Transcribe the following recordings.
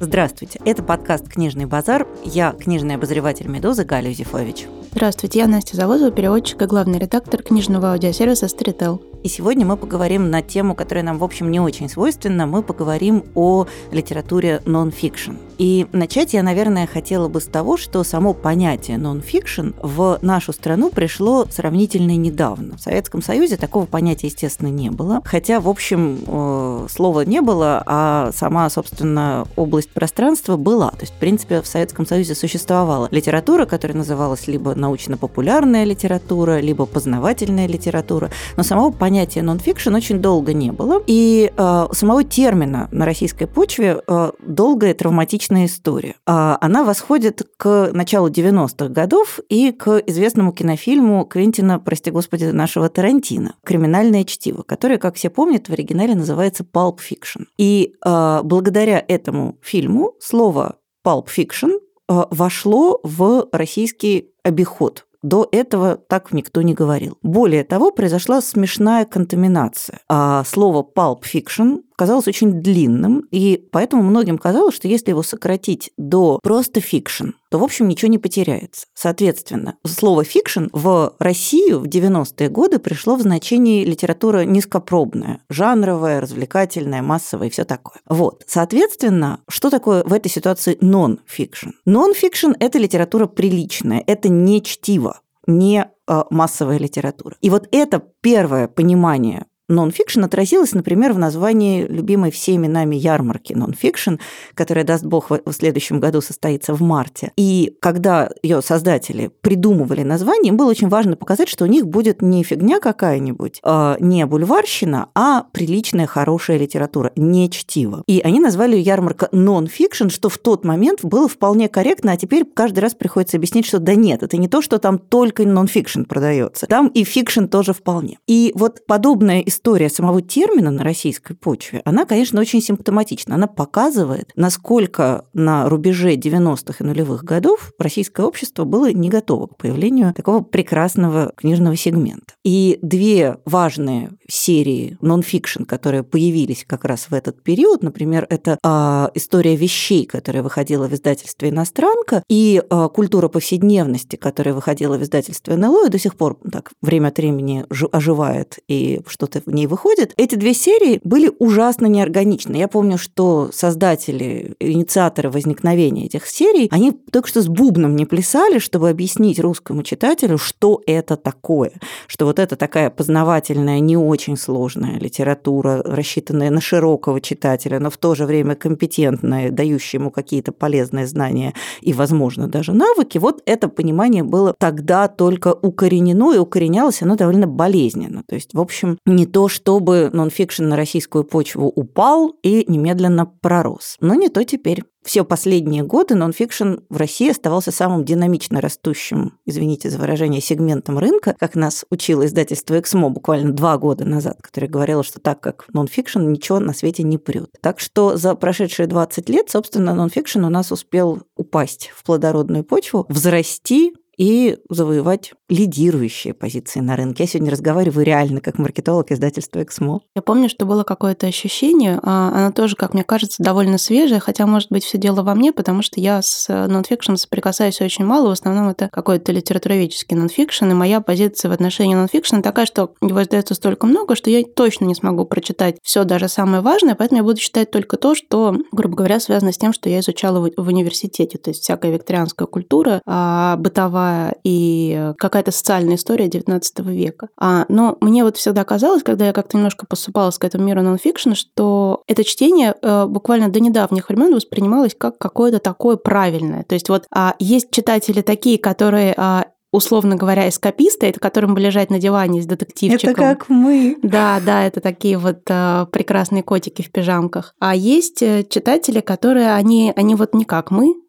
Здравствуйте, это подкаст «Книжный базар». Я книжный обозреватель «Медузы» Галя Юзефович. Здравствуйте, я Настя Завозова, переводчик и главный редактор книжного аудиосервиса Storytel. И сегодня мы поговорим на тему, которая нам, в общем, не очень свойственна. Мы поговорим о литературе нон-фикшн. И начать я, наверное, хотела бы с того, что само понятие нон-фикшн в нашу страну пришло сравнительно недавно. В Советском Союзе такого понятия, естественно, не было. Хотя, в общем, слова не было, а сама, собственно, область пространства была. То есть, в принципе, в Советском Союзе существовала литература, которая называлась либо научно-популярная литература, либо познавательная литература. Но самого понятия нон-фикшн очень долго не было. И самого термина на российской почве долгая травматичная история. Она восходит к началу 90-х годов и к известному кинофильму Квентина, прости господи, нашего Тарантино «Криминальное чтиво», которое, как все помнят, в оригинале называется Pulp Fiction. И благодаря этому фильму слово Pulp Fiction вошло в российский обиход. До этого так никто не говорил. Более того, произошла смешная контаминация. Слово Pulp Fiction казалось очень длинным, и поэтому многим казалось, что если его сократить до просто фикшн, то, в общем, ничего не потеряется. Соответственно, слово «фикшн» в Россию в 90-е годы пришло в значении литература низкопробная, жанровая, развлекательная, массовая и все такое. Вот. Соответственно, что такое в этой ситуации нон-фикшн? Нон-фикшн – это литература приличная, это не чтиво, не массовая литература. И вот это первое понимание нон-фикшн отразилось, например, в названии любимой всеми нами ярмарки нон-фикшн, которая, даст бог, в следующем году состоится в марте. И когда ее создатели придумывали название, им было очень важно показать, что у них будет не фигня какая-нибудь, не бульварщина, а приличная, хорошая литература, не чтиво. И они назвали ее ярмарка нон-фикшн, что в тот момент было вполне корректно, а теперь каждый раз приходится объяснить, что да нет, это не то, что там только нон-фикшн продается, там и фикшн тоже вполне. И вот подобная история самого термина на российской почве, она, конечно, очень симптоматична. Она показывает, насколько на рубеже 90-х и нулевых годов российское общество было не готово к появлению такого прекрасного книжного сегмента. И две важные серии нон-фикшн, которые появились как раз в этот период, например, это «История вещей», которая выходила в издательстве «Иностранка», и «Культура повседневности», которая выходила в издательстве НЛО, и до сих пор так время от времени оживает и что-то в ней выходит. Эти две серии были ужасно неорганичны. Я помню, что создатели, инициаторы возникновения этих серий, они только что с бубном не плясали, чтобы объяснить русскому читателю, что это такое. Что вот это такая познавательная, не очень сложная литература, рассчитанная на широкого читателя, но в то же время компетентная, дающая ему какие-то полезные знания и, возможно, даже навыки. Вот это понимание было тогда только укоренено, и укоренялось оно довольно болезненно. То есть, в общем, не то, чтобы нон-фикшн на российскую почву упал и немедленно пророс. Но не то теперь. Все последние годы нон-фикшн в России оставался самым динамично растущим, извините за выражение, сегментом рынка, как нас учило издательство «Эксмо» буквально 2 года назад, которое говорило, что так как нон-фикшн ничего на свете не прет. Так что за прошедшие 20 лет, собственно, нон-фикшн у нас успел упасть в плодородную почву, взрасти и завоевать лидирующие позиции на рынке. Я сегодня разговариваю реально как маркетолог издательства «Эксмо». Я помню, что было какое-то ощущение, оно тоже, как мне кажется, довольно свежее, хотя, может быть, все дело во мне, потому что я с нонфикшн соприкасаюсь очень мало, в основном это какой-то литературоведческий нонфикшн, и моя позиция в отношении нонфикшн такая, что его издается столько много, что я точно не смогу прочитать все даже самое важное, поэтому я буду читать только то, что, грубо говоря, связано с тем, что я изучала в университете, то есть всякая викторианская культура, бытовая и какая-то социальная история XIX века. Но мне вот всегда казалось, когда я как-то немножко поступалась к этому миру нонфикшн, что это чтение буквально до недавних времен воспринималось как какое-то такое правильное. То есть вот есть читатели такие, которые условно говоря, эскаписты, это которым бы лежать на диване с детективчиком. Это как мы. Да, это такие вот прекрасные котики в пижамках. А есть читатели, которые, они вот не как мы,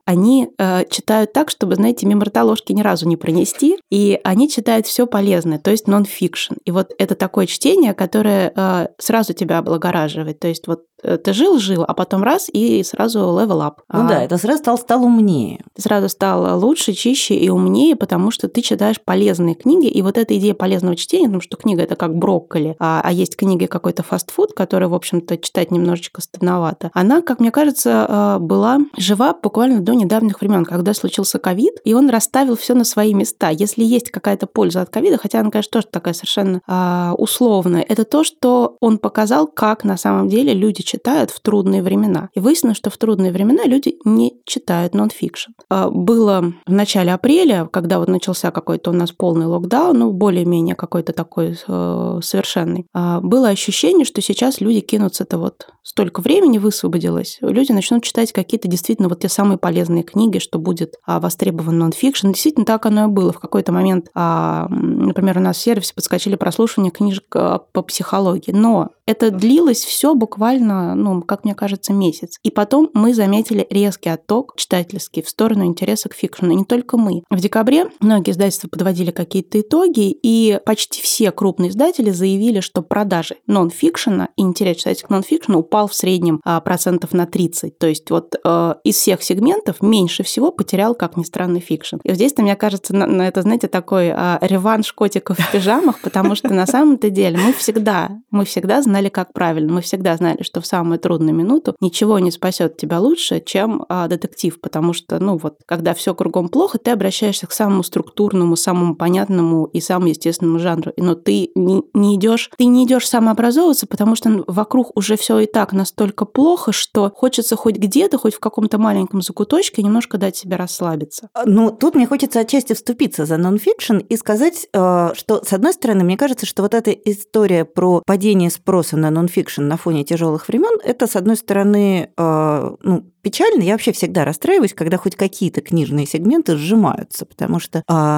они читают так, чтобы, знаете, мимо рта ложки ни разу не пронести, и они читают все полезное, то есть нон-фикшн. И вот это такое чтение, которое сразу тебя облагораживает. То есть вот ты жил, а потом раз, и сразу level up. Ну да, это сразу стал умнее. Ты сразу стал лучше, чище и умнее, потому что ты читаешь полезные книги, и вот эта идея полезного чтения, потому что книга – это как брокколи, а есть книги какой-то фастфуд, который, в общем-то, читать немножечко стыдновато, она, как мне кажется, была жива буквально до недавних времен, когда случился ковид, и он расставил все на свои места. Если есть какая-то польза от ковида, хотя она, конечно, тоже такая совершенно условная, это то, что он показал, как на самом деле люди читают в трудные времена. И выяснилось, что в трудные времена люди не читают нон-фикшн. Было в начале апреля, когда вот начался какой-то у нас полный локдаун, ну, более-менее какой-то такой совершенный, было ощущение, что сейчас люди кинутся-то вот столько времени высвободилось, люди начнут читать какие-то действительно вот те самые полезные книги, что будет востребован нон-фикшн. Действительно, так оно и было. В какой-то момент, например, у нас в сервисе подскочили прослушивания книжек по психологии, но это длилось все буквально, ну, как мне кажется, месяц. И потом мы заметили резкий отток читательский в сторону интереса к фикшену. И не только мы. В декабре многие издательства подводили какие-то итоги, и почти все крупные издатели заявили, что продажи нон-фикшена и интерес читателей к нон-фикшену упал в среднем процентов на 30. То есть вот из всех сегментов меньше всего потерял, как ни странно, фикшн. И здесь-то, мне кажется, это, знаете, такой реванш котиков в пижамах, потому что на самом-то деле мы всегда знали, как правильно. Мы всегда знали, что в самую трудную минуту ничего не спасет тебя лучше, чем детектив, потому что, ну вот, когда все кругом плохо, ты обращаешься к самому структурному, самому понятному и самому естественному жанру. Но ты не идешь самообразовываться, потому что вокруг уже все и так настолько плохо, что хочется хоть где-то, хоть в каком-то маленьком закуточке немножко дать себе расслабиться. Ну, тут мне хочется отчасти вступиться за нон-фикшн и сказать, что, с одной стороны, мне кажется, что вот эта история про падение спроса на нон-фикшн на фоне тяжелых времен, это, с одной стороны, печально. Я вообще всегда расстраиваюсь, когда хоть какие-то книжные сегменты сжимаются, потому что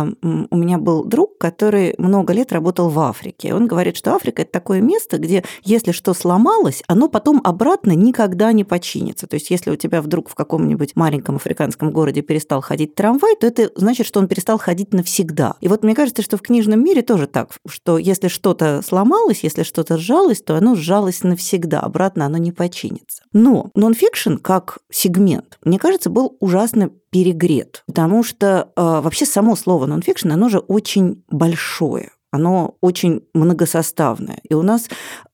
у меня был друг, который много лет работал в Африке. Он говорит, что Африка – это такое место, где если что сломалось, оно потом обратно никогда не починится. То есть если у тебя вдруг в каком-нибудь маленьком африканском городе перестал ходить трамвай, то это значит, что он перестал ходить навсегда. И вот мне кажется, что в книжном мире тоже так, что если что-то сломалось, если что-то сжалось, то оно сжалось навсегда, обратно оно не починится. Но нон-фикшн как сегмент, мне кажется, был ужасно перегрет, потому что вообще само слово нон-фикшн, оно же очень большое. Оно очень многосоставное. И у нас,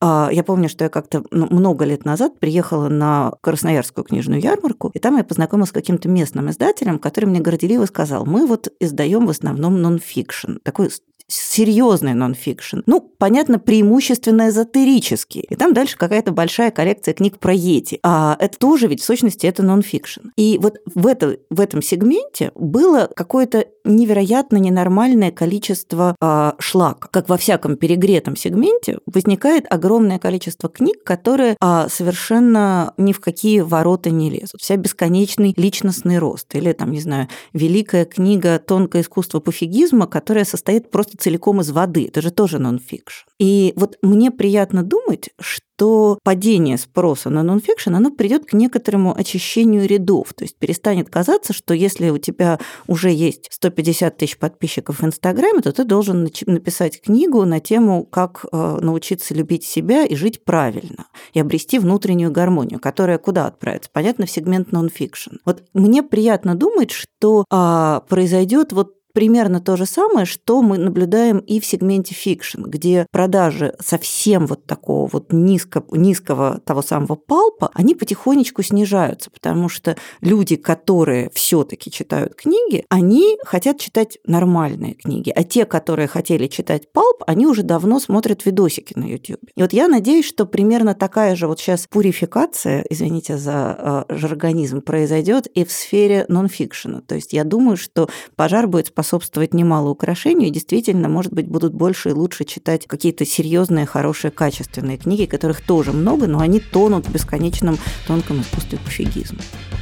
я помню, что я как-то много лет назад приехала на Красноярскую книжную ярмарку, и там я познакомилась с каким-то местным издателем, который мне горделиво сказал, мы вот издаем в основном нон-фикшн, такой серьезный нон-фикшн. Ну, понятно, преимущественно эзотерический. И там дальше какая-то большая коллекция книг про йети. А это тоже ведь в сущности это нон-фикшн. И вот в этом сегменте было какое-то невероятно ненормальное количество шлака. Как во всяком перегретом сегменте возникает огромное количество книг, которые совершенно ни в какие ворота не лезут. Вся бесконечный личностный рост. Или, там, не знаю, великая книга «Тонкое искусство пофигизма», которая состоит просто целиком из воды. Это же тоже нон-фикшн. И вот мне приятно думать, что падение спроса на нон-фикшн, оно придет к некоторому очищению рядов. То есть перестанет казаться, что если у тебя уже есть 150 тысяч подписчиков в Инстаграме, то ты должен написать книгу на тему, как научиться любить себя и жить правильно, и обрести внутреннюю гармонию, которая куда отправится? Понятно, в сегмент нон-фикшн. Вот мне приятно думать, что произойдет вот примерно то же самое, что мы наблюдаем и в сегменте фикшн, где продажи совсем вот такого вот низкого того самого палпа, они потихонечку снижаются, потому что люди, которые все-таки читают книги, они хотят читать нормальные книги, а те, которые хотели читать палп, они уже давно смотрят видосики на YouTube. И вот я надеюсь, что примерно такая же вот сейчас пурификация, извините за жаргонизм, произойдет и в сфере нон-фикшена. То есть я думаю, что пожар будет способствовать немало украшению, и действительно, может быть, будут больше и лучше читать какие-то серьезные, хорошие, качественные книги, которых тоже много, но они тонут в бесконечном тонком искусстве пофигизма.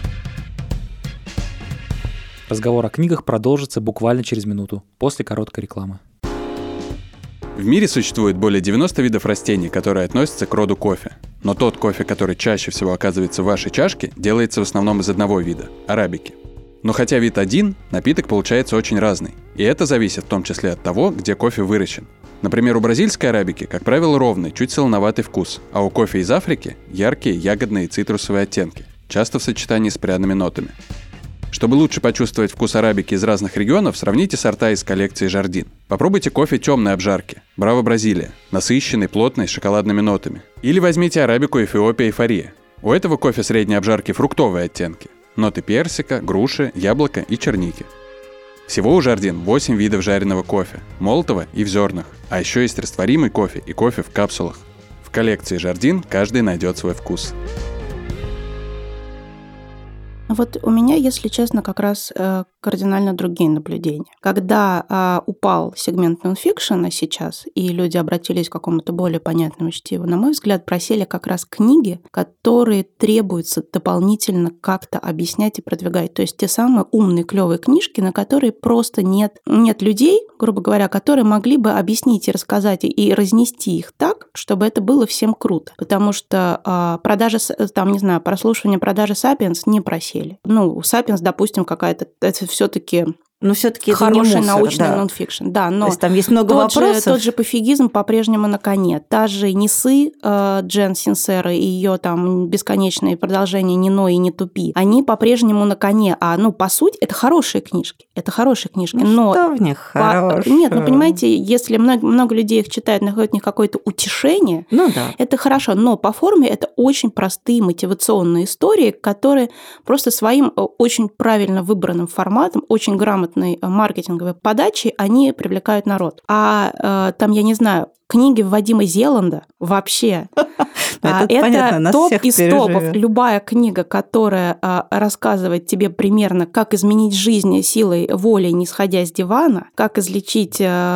Разговор о книгах продолжится буквально через минуту, после короткой рекламы. В мире существует более 90 видов растений, которые относятся к роду кофе. Но тот кофе, который чаще всего оказывается в вашей чашке, делается в основном из одного вида – арабики. Но хотя вид один, напиток получается очень разный. И это зависит в том числе от того, где кофе выращен. Например, у бразильской арабики, как правило, ровный, чуть солоноватый вкус, а у кофе из Африки – яркие ягодные и цитрусовые оттенки, часто в сочетании с пряными нотами. Чтобы лучше почувствовать вкус арабики из разных регионов, сравните сорта из коллекции Жардин. Попробуйте кофе темной обжарки, Браво Бразилия, насыщенный, плотный, с шоколадными нотами. Или возьмите арабику Эфиопия Эйфория. У этого кофе средней обжарки фруктовые оттенки, ноты персика, груши, яблока и черники. Всего у Жардин 8 видов жареного кофе, молотого и в зернах, а еще есть растворимый кофе и кофе в капсулах. В коллекции Жардин каждый найдет свой вкус. Вот у меня, если честно, как раз кардинально другие наблюдения. Когда упал сегмент нонфикшена сейчас, и люди обратились к какому-то более понятному чтиву, на мой взгляд, просели как раз книги, которые требуется дополнительно как-то объяснять и продвигать. То есть те самые умные, клевые книжки, на которые просто нет людей, грубо говоря, которые могли бы объяснить и рассказать, и разнести их так, чтобы это было всем круто. Потому что прослушивание продажи «Сапиенс» не просели. У «Сапиенс», допустим, какая-то... Это все-таки хороший научный нонфикшн. Да, но то есть там есть много вопросов. Тот же пофигизм по-прежнему на коне. Та же Нисы, Джен Синсера и ее там бесконечные продолжения «Не ной и не тупи», они по-прежнему на коне. По сути, это хорошие книжки. Но что в них хорошего? Нет, понимаете, если много людей их читают, находят в них какое-то утешение, это хорошо. Но по форме это очень простые мотивационные истории, которые просто своим очень правильно выбранным форматом, очень грамотной маркетинговой подачей, они привлекают народ. Книги Вадима Зеланда вообще. Это топ из топов. Любая книга, которая рассказывает тебе примерно, как изменить жизнь силой воли, не сходя с дивана, как излечить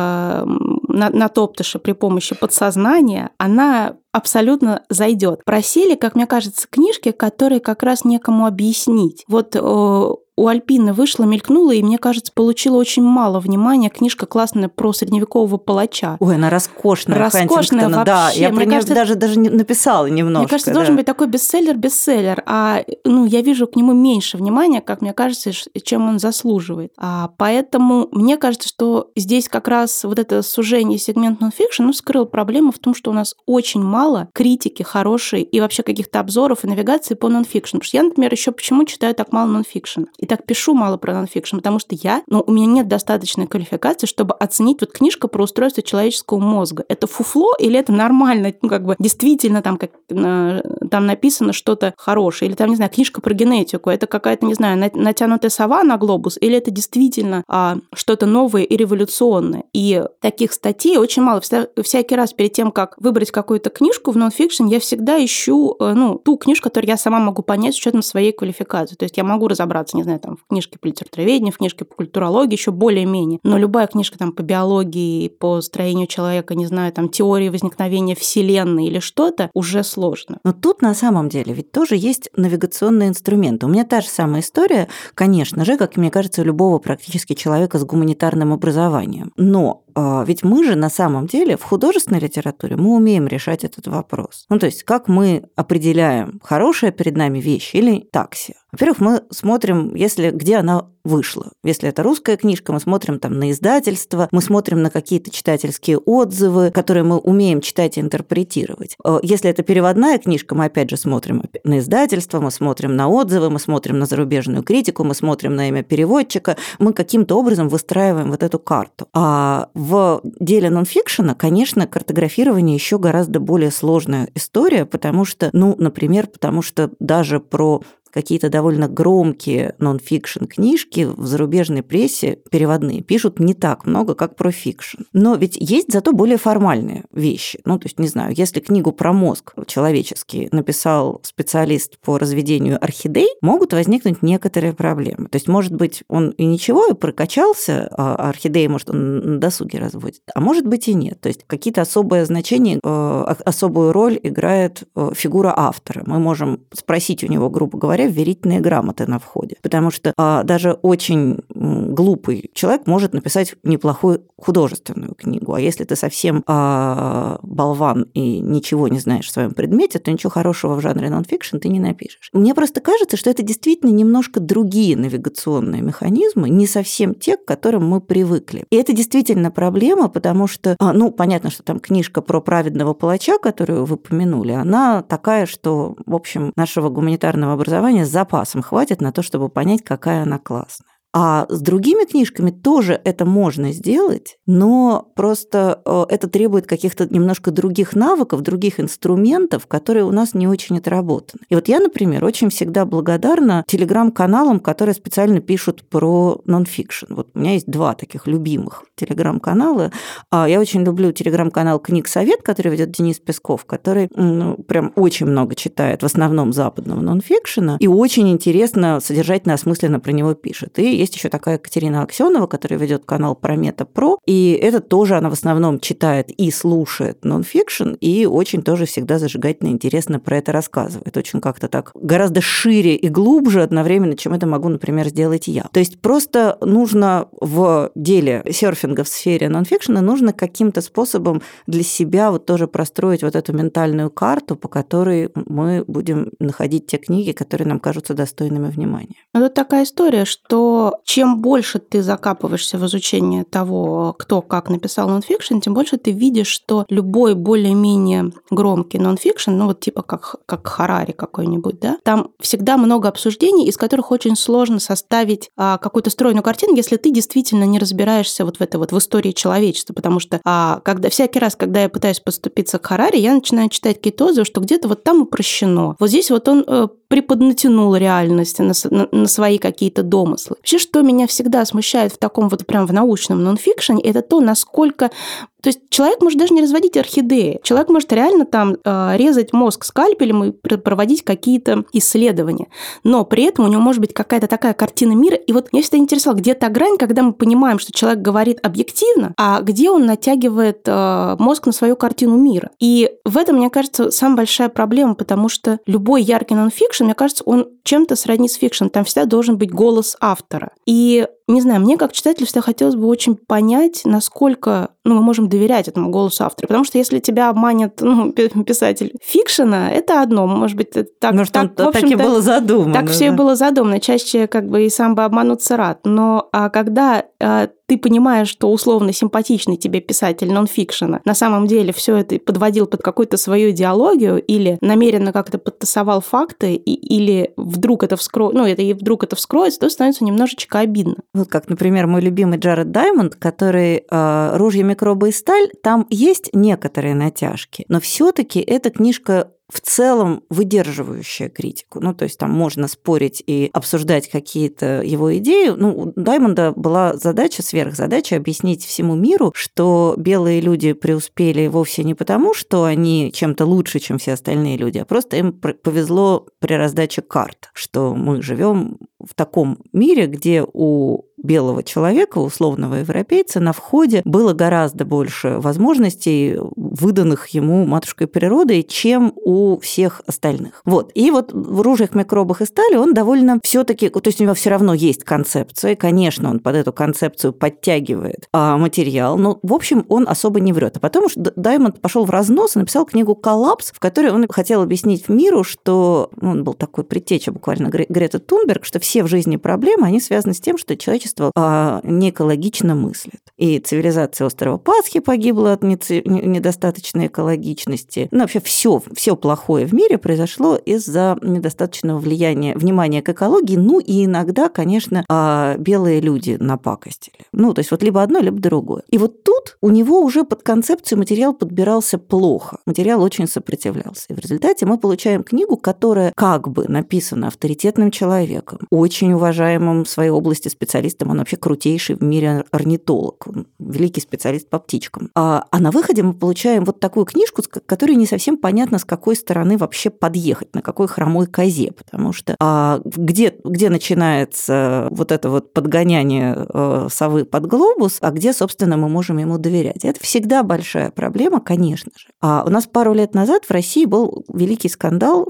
натоптыша при помощи подсознания, она абсолютно зайдет. Просели, как мне кажется, книжки, которые как раз некому объяснить. Вот у Альпины вышла, мелькнула, и, мне кажется, получила очень мало внимания. Книжка классная про средневекового палача. Ой, она роскошная Хантингтона. Вообще. Да, я про нее даже написала немножко. Мне кажется, должен быть такой бестселлер, я вижу к нему меньше внимания, как мне кажется, чем он заслуживает. Поэтому мне кажется, что здесь как раз вот это сужение сегмент нонфикшн скрыл проблему в том, что у нас очень мало критики хорошей и вообще каких-то обзоров и навигации по нонфикшн. Потому что я, например, еще почему читаю так мало нонфикшн? И так пишу мало про нонфикшн, потому что у меня нет достаточной квалификации, чтобы оценить книжка про устройство человеческого мозга. Это фуфло или это нормально, действительно там написано что-то хорошее, или там, книжка про генетику, это какая-то, натянутая сова на глобус, или это действительно что-то новое и революционное. И таких статей очень мало. Всякий раз перед тем, как выбрать какую-то книжку в нонфикшн, я всегда ищу ту книжку, которую я сама могу понять с учетом своей квалификации. То есть я могу разобраться, в книжке по литературоведению, в книжке по культурологии, еще более-менее. Но любая книжка по биологии, по строению человека, теории возникновения Вселенной или что-то, уже сложно. Но тут на самом деле ведь тоже есть навигационные инструменты. У меня та же самая история, конечно же, как мне кажется, у любого практически человека с гуманитарным образованием. Но ведь мы же на самом деле в художественной литературе мы умеем решать этот вопрос. То есть как мы определяем, хорошая перед нами вещь или такси. Во-первых, мы смотрим, где она вышла. Если это русская книжка, мы смотрим на издательство, мы смотрим на какие-то читательские отзывы, которые мы умеем читать и интерпретировать. Если это переводная книжка, мы опять же смотрим на издательство, мы смотрим на отзывы, мы смотрим на зарубежную критику, мы смотрим на имя переводчика, мы каким-то образом выстраиваем эту карту. А в деле нонфикшена, конечно, картографирование еще гораздо более сложная история, потому что даже про какие-то довольно громкие нон-фикшн книжки в зарубежной прессе переводные пишут не так много, как про фикшн. Но ведь есть зато более формальные вещи. Если книгу про мозг человеческий написал специалист по разведению орхидей, могут возникнуть некоторые проблемы. То есть, может быть, он и ничего, и прокачался, а орхидеи, может, он на досуге разводит, а может быть и нет. То есть, какие-то особое значение, особую роль играет фигура автора. Мы можем спросить у него, грубо говоря, говоря, верительные грамоты на входе. Потому что даже очень глупый человек может написать неплохую художественную книгу. А если ты совсем болван и ничего не знаешь в своем предмете, то ничего хорошего в жанре нон-фикшн ты не напишешь. Мне просто кажется, что это действительно немножко другие навигационные механизмы, не совсем те, к которым мы привыкли. И это действительно проблема, потому что, понятно, что там книжка про праведного палача, которую вы упомянули, она такая, что, в общем, нашего гуманитарного образования с запасом хватит на то, чтобы понять, какая она классная. А с другими книжками тоже это можно сделать, но просто это требует каких-то немножко других навыков, других инструментов, которые у нас не очень отработаны. И вот я, например, очень всегда благодарна телеграм-каналам, которые специально пишут про нон-фикшн. Вот у меня есть 2 таких любимых телеграм-канала. Я очень люблю телеграм-канал «Книг-совет», который ведет Денис Песков, который прям очень много читает, в основном западного нон-фикшена, и очень интересно, содержательно, осмысленно про него пишет. И есть еще такая Катерина Аксенова, которая ведет канал Промета Про, и это тоже она в основном читает и слушает нон-фикшн, и очень тоже всегда зажигательно и интересно про это рассказывает. Очень как-то так гораздо шире и глубже одновременно, чем это могу, например, сделать я. То есть просто нужно в деле серфинга в сфере нон-фикшна нужно каким-то способом для себя вот тоже простроить вот эту ментальную карту, по которой мы будем находить те книги, которые нам кажутся достойными внимания. Это такая история, что чем больше ты закапываешься в изучение того, кто как написал нонфикшн, тем больше ты видишь, что любой более-менее громкий нонфикшн, типа как Харари какой-нибудь, да, там всегда много обсуждений, из которых очень сложно составить какую-то стройную картину, если ты действительно не разбираешься вот в этой вот в истории человечества, потому что всякий раз, когда я пытаюсь подступиться к Харари, я начинаю читать какие-то отзывы, что где-то вот там упрощено. Вот здесь вот он преподнатянул реальность на свои какие-то домыслы. Вообще, что меня всегда смущает в таком вот прям в научном нонфикшене, это то, насколько... То есть человек может даже не разводить орхидеи. Человек может реально там резать мозг скальпелем и проводить какие-то исследования. Но при этом у него может быть какая-то такая картина мира. И вот меня всегда интересовала, где та грань, когда мы понимаем, что человек говорит объективно, а где он натягивает мозг на свою картину мира. И в этом, мне кажется, самая большая проблема, потому что любой яркий нонфикшн, мне кажется, он чем-то сродни с фикшн. Там всегда должен быть голос автора. И не знаю, мне как читателю всегда хотелось бы очень понять, насколько мы можем доверять этому голосу автора. Потому что если тебя обманет писатель фикшена, это одно. Может быть, так и было задумано. Так все и было задумано. Чаще и сам бы обмануться рад. Но когда ты понимаешь, что условно симпатичный тебе писатель нонфикшена на самом деле все это подводил под какую-то свою идеологию или намеренно как-то подтасовал факты, или вдруг это вскроется, то становится немножечко обидно. Вот как, например, мой любимый Джаред Даймонд, который «Ружья, микробы и сталь», там есть некоторые натяжки, но все-таки эта книжка в целом выдерживающая критику. То есть там можно спорить и обсуждать какие-то его идеи. У Даймонда была сверхзадача объяснить всему миру, что белые люди преуспели вовсе не потому, что они чем-то лучше, чем все остальные люди, а просто им повезло при раздаче карт, что мы живем в таком мире, где у белого человека, условного европейца, на входе было гораздо больше возможностей, выданных ему матушкой природой, чем у всех остальных. И вот в «Ружьях, микробах и стали» он довольно все-таки, то есть у него все равно есть концепция, и, конечно, он под эту концепцию подтягивает материал, но, в общем, он особо не врет. А потом Даймонд пошел в разнос и написал книгу «Коллапс», в которой он хотел объяснить миру, что он был такой предтеча буквально Греты Тунберг, что все в жизни проблемы, они связаны с тем, что человечество не экологично мыслит. И цивилизация острова Пасхи погибла от недостаточной экологичности. Вообще все плохое в мире произошло из-за недостаточного внимания к экологии. И иногда, конечно, белые люди напакостили. То есть либо одно, либо другое. И тут у него уже под концепцию материал подбирался плохо. Материал очень сопротивлялся. И в результате мы получаем книгу, которая как бы написана авторитетным человеком, очень уважаемым в своей области специалистом рядом. Он вообще крутейший в мире орнитолог, великий специалист по птичкам. А на выходе мы получаем вот такую книжку, с которой не совсем понятно, с какой стороны вообще подъехать, на какой хромой козе, потому что где начинается вот это вот подгоняние совы под глобус, а где, собственно, мы можем ему доверять. Это всегда большая проблема, конечно же. У нас пару лет назад в России был великий скандал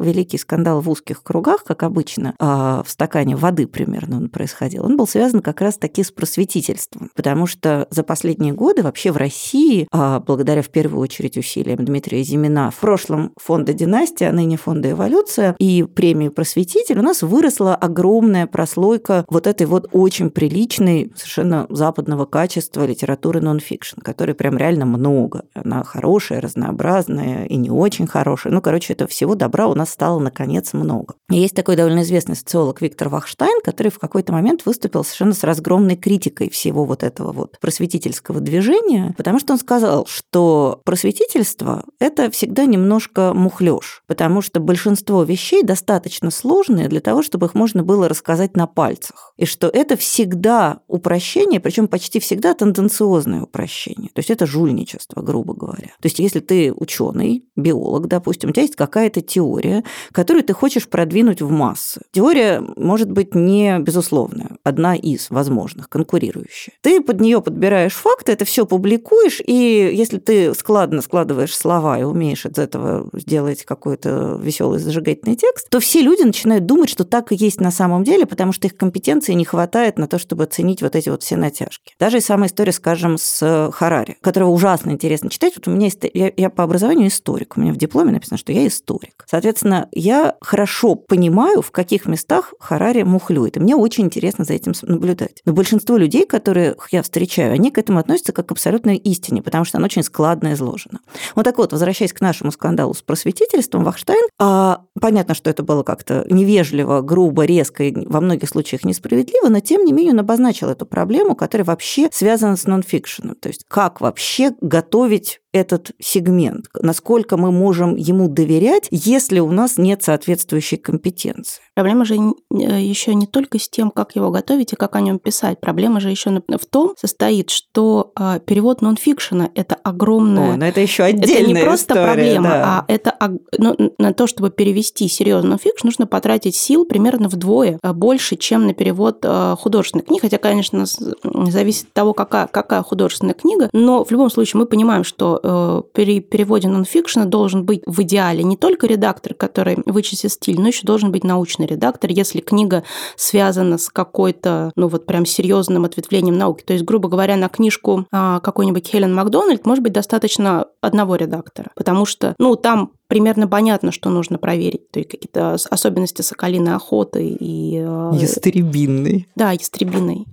в узких кругах, как обычно, в стакане воды примерно он происходил. Он был связан как раз-таки с просветительством, потому что за последние годы вообще в России, благодаря в первую очередь усилиям Дмитрия Зимина, в прошлом фонда «Династия», а ныне фонда «Эволюция» и премии «Просветитель», у нас выросла огромная прослойка вот этой вот очень приличной, совершенно западного качества литературы нон-фикшн, которой прям реально много. Она хорошая, разнообразная и не очень хорошая. Этого всего добра у нас стало, наконец, много. И есть такой довольно известный социолог Виктор Вахштайн, который в какой-то момент выступил совершенно с разгромной критикой всего вот этого вот просветительского движения, потому что он сказал, что просветительство – это всегда немножко мухлёж, потому что большинство вещей достаточно сложные для того, чтобы их можно было рассказать на пальцах. И что это всегда упрощение, причем почти всегда тенденциозное упрощение. То есть это жульничество, грубо говоря. То есть если ты ученый, биолог, допустим, у тебя есть какая-то теория, которую ты хочешь продвинуть в массы. Теория может быть не безусловная, одна из возможных, конкурирующая. Ты под нее подбираешь факты, это все публикуешь, и если ты складно складываешь слова и умеешь из этого сделать какой-то веселый зажигательный текст, то все люди начинают думать, что так и есть на самом деле, потому что их компетенции не хватает на то, чтобы оценить вот эти вот все натяжки. Даже и самая история, скажем, с Харари, которого ужасно интересно читать. Вот у меня есть, я по образованию историк, у меня в дипломе написано, что я историк. Соответственно, я хорошо понимаю, в каких местах Харари мухлюет, и мне очень интересно за этим наблюдать. Но большинство людей, которых я встречаю, они к этому относятся как к абсолютной истине, потому что оно очень складно изложено. Вот так вот, возвращаясь к нашему скандалу с просветительством, Вахштайн, понятно, что это было как-то невежливо, грубо, резко и во многих случаях несправедливо, но тем не менее он обозначил эту проблему, которая вообще связана с нонфикшеном. То есть как вообще готовить этот сегмент, насколько мы можем ему доверять, если у нас нет соответствующей компетенции. Проблема же еще не только с тем, как его готовить и как о нем писать. Проблема же еще в том состоит, что перевод нонфикшена – это огромная… но это еще отдельная история. Это не просто история, проблема, да. а это на то, чтобы перевести серьезный нонфикшн, нужно потратить сил примерно вдвое больше, чем на перевод художественных книг. Хотя, конечно, зависит от того, какая художественная книга, но в любом случае мы понимаем, что при переводе нонфикшена должен быть в идеале не только редактор, который вычистит стиль, но еще должен быть научный редактор, если книга связана с какой-то, прям серьезным ответвлением науки. То есть, грубо говоря, на книжку какой-нибудь Хелен Макдональд может быть достаточно одного редактора, потому что, там примерно понятно, что нужно проверить. То есть какие-то особенности соколиной охоты и… Ястребиной. Да, ястребиной.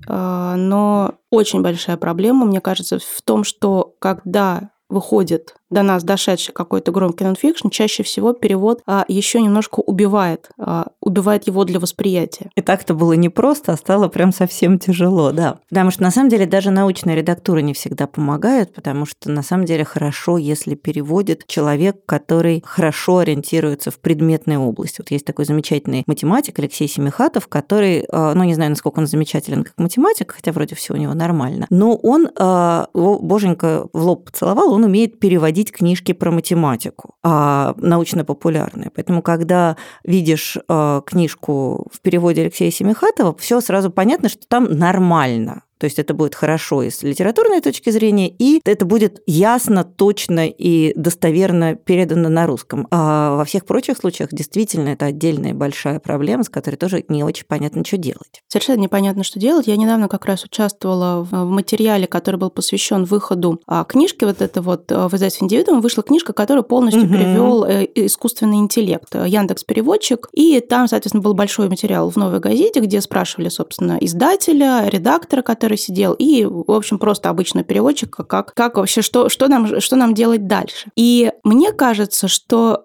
Но очень большая проблема, мне кажется, в том, что когда выходит до нас дошедший какой-то громкий нонфикшн, чаще всего перевод еще немножко убивает его для восприятия. И так-то было непросто, а стало прям совсем тяжело, да. Потому что, на самом деле, даже научная редактура не всегда помогает, потому что, на самом деле, хорошо, если переводит человек, который хорошо ориентируется в предметной области. Вот есть такой замечательный математик Алексей Семихатов, который, не знаю, насколько он замечателен как математик, хотя вроде все у него нормально, но он, боженька в лоб поцеловал, он умеет переводить книжки про математику, научно-популярные. Поэтому, когда видишь книжку в переводе Алексея Семихатова, все сразу понятно, что там нормально. То есть это будет хорошо и с литературной точки зрения, и это будет ясно, точно и достоверно передано на русском. А во всех прочих случаях действительно это отдельная большая проблема, с которой тоже не очень понятно, что делать. Совершенно непонятно, что делать. Я недавно как раз участвовала в материале, который был посвящен выходу книжки в издательстве «Индивидуум». Вышла книжка, которую полностью перевел искусственный интеллект, Яндекс.Переводчик. И там, соответственно, был большой материал в «Новой газете», где спрашивали, собственно, издателя, редактора, который сидел, и, в общем, просто обычного переводчика, как вообще, что нам делать дальше. И мне кажется, что